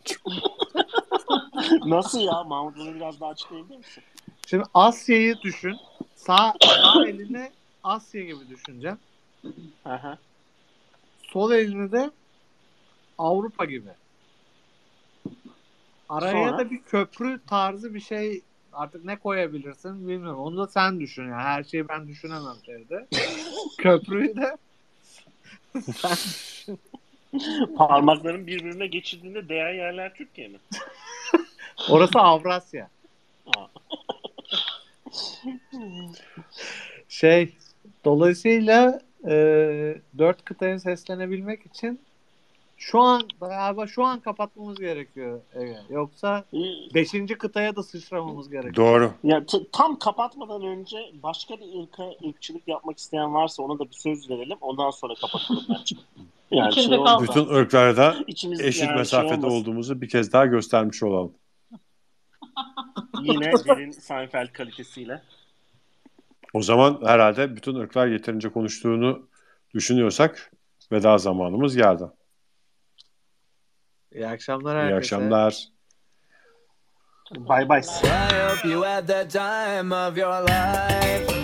Nasıl ya? Mahmut bunu biraz daha açıklayabilir misin? Şimdi Asya'yı düşün. Sağ elini Asya gibi düşüneceğim. Aha. Sol elini de Avrupa gibi. Araya Sonra? da bir köprü tarzı bir şey artık ne koyabilirsin bilmiyorum. Onu da sen düşün yani. Her şeyi ben düşünemem şeyde. Köprüyü de sen düşün. Parmakların birbirine geçirdiğinde değen yerler Türkiye mi? Orası Avrasya. Aa. Dolayısıyla 4 kıtaya seslenebilmek için şu an kapatmamız gerekiyor Ege. Yoksa 5. kıtaya da sıçramamız gerekiyor. Doğru. Ya tam kapatmadan önce başka bir ırkçılık yapmak isteyen varsa ona da bir söz verelim. Ondan sonra kapatalım bence. Yani İçimde kaldı. Bütün ırklarda İçimiz eşit yani mesafede olmasın. olduğumuzu bir kez daha göstermiş olalım. Yine derin Seinfeld kalitesiyle. O zaman herhalde bütün ırklar yeterince konuştuğunu düşünüyorsak veda zamanımız geldi. İyi akşamlar İyi herkese. akşamlar. Bye bye. I hope you had the time of your life.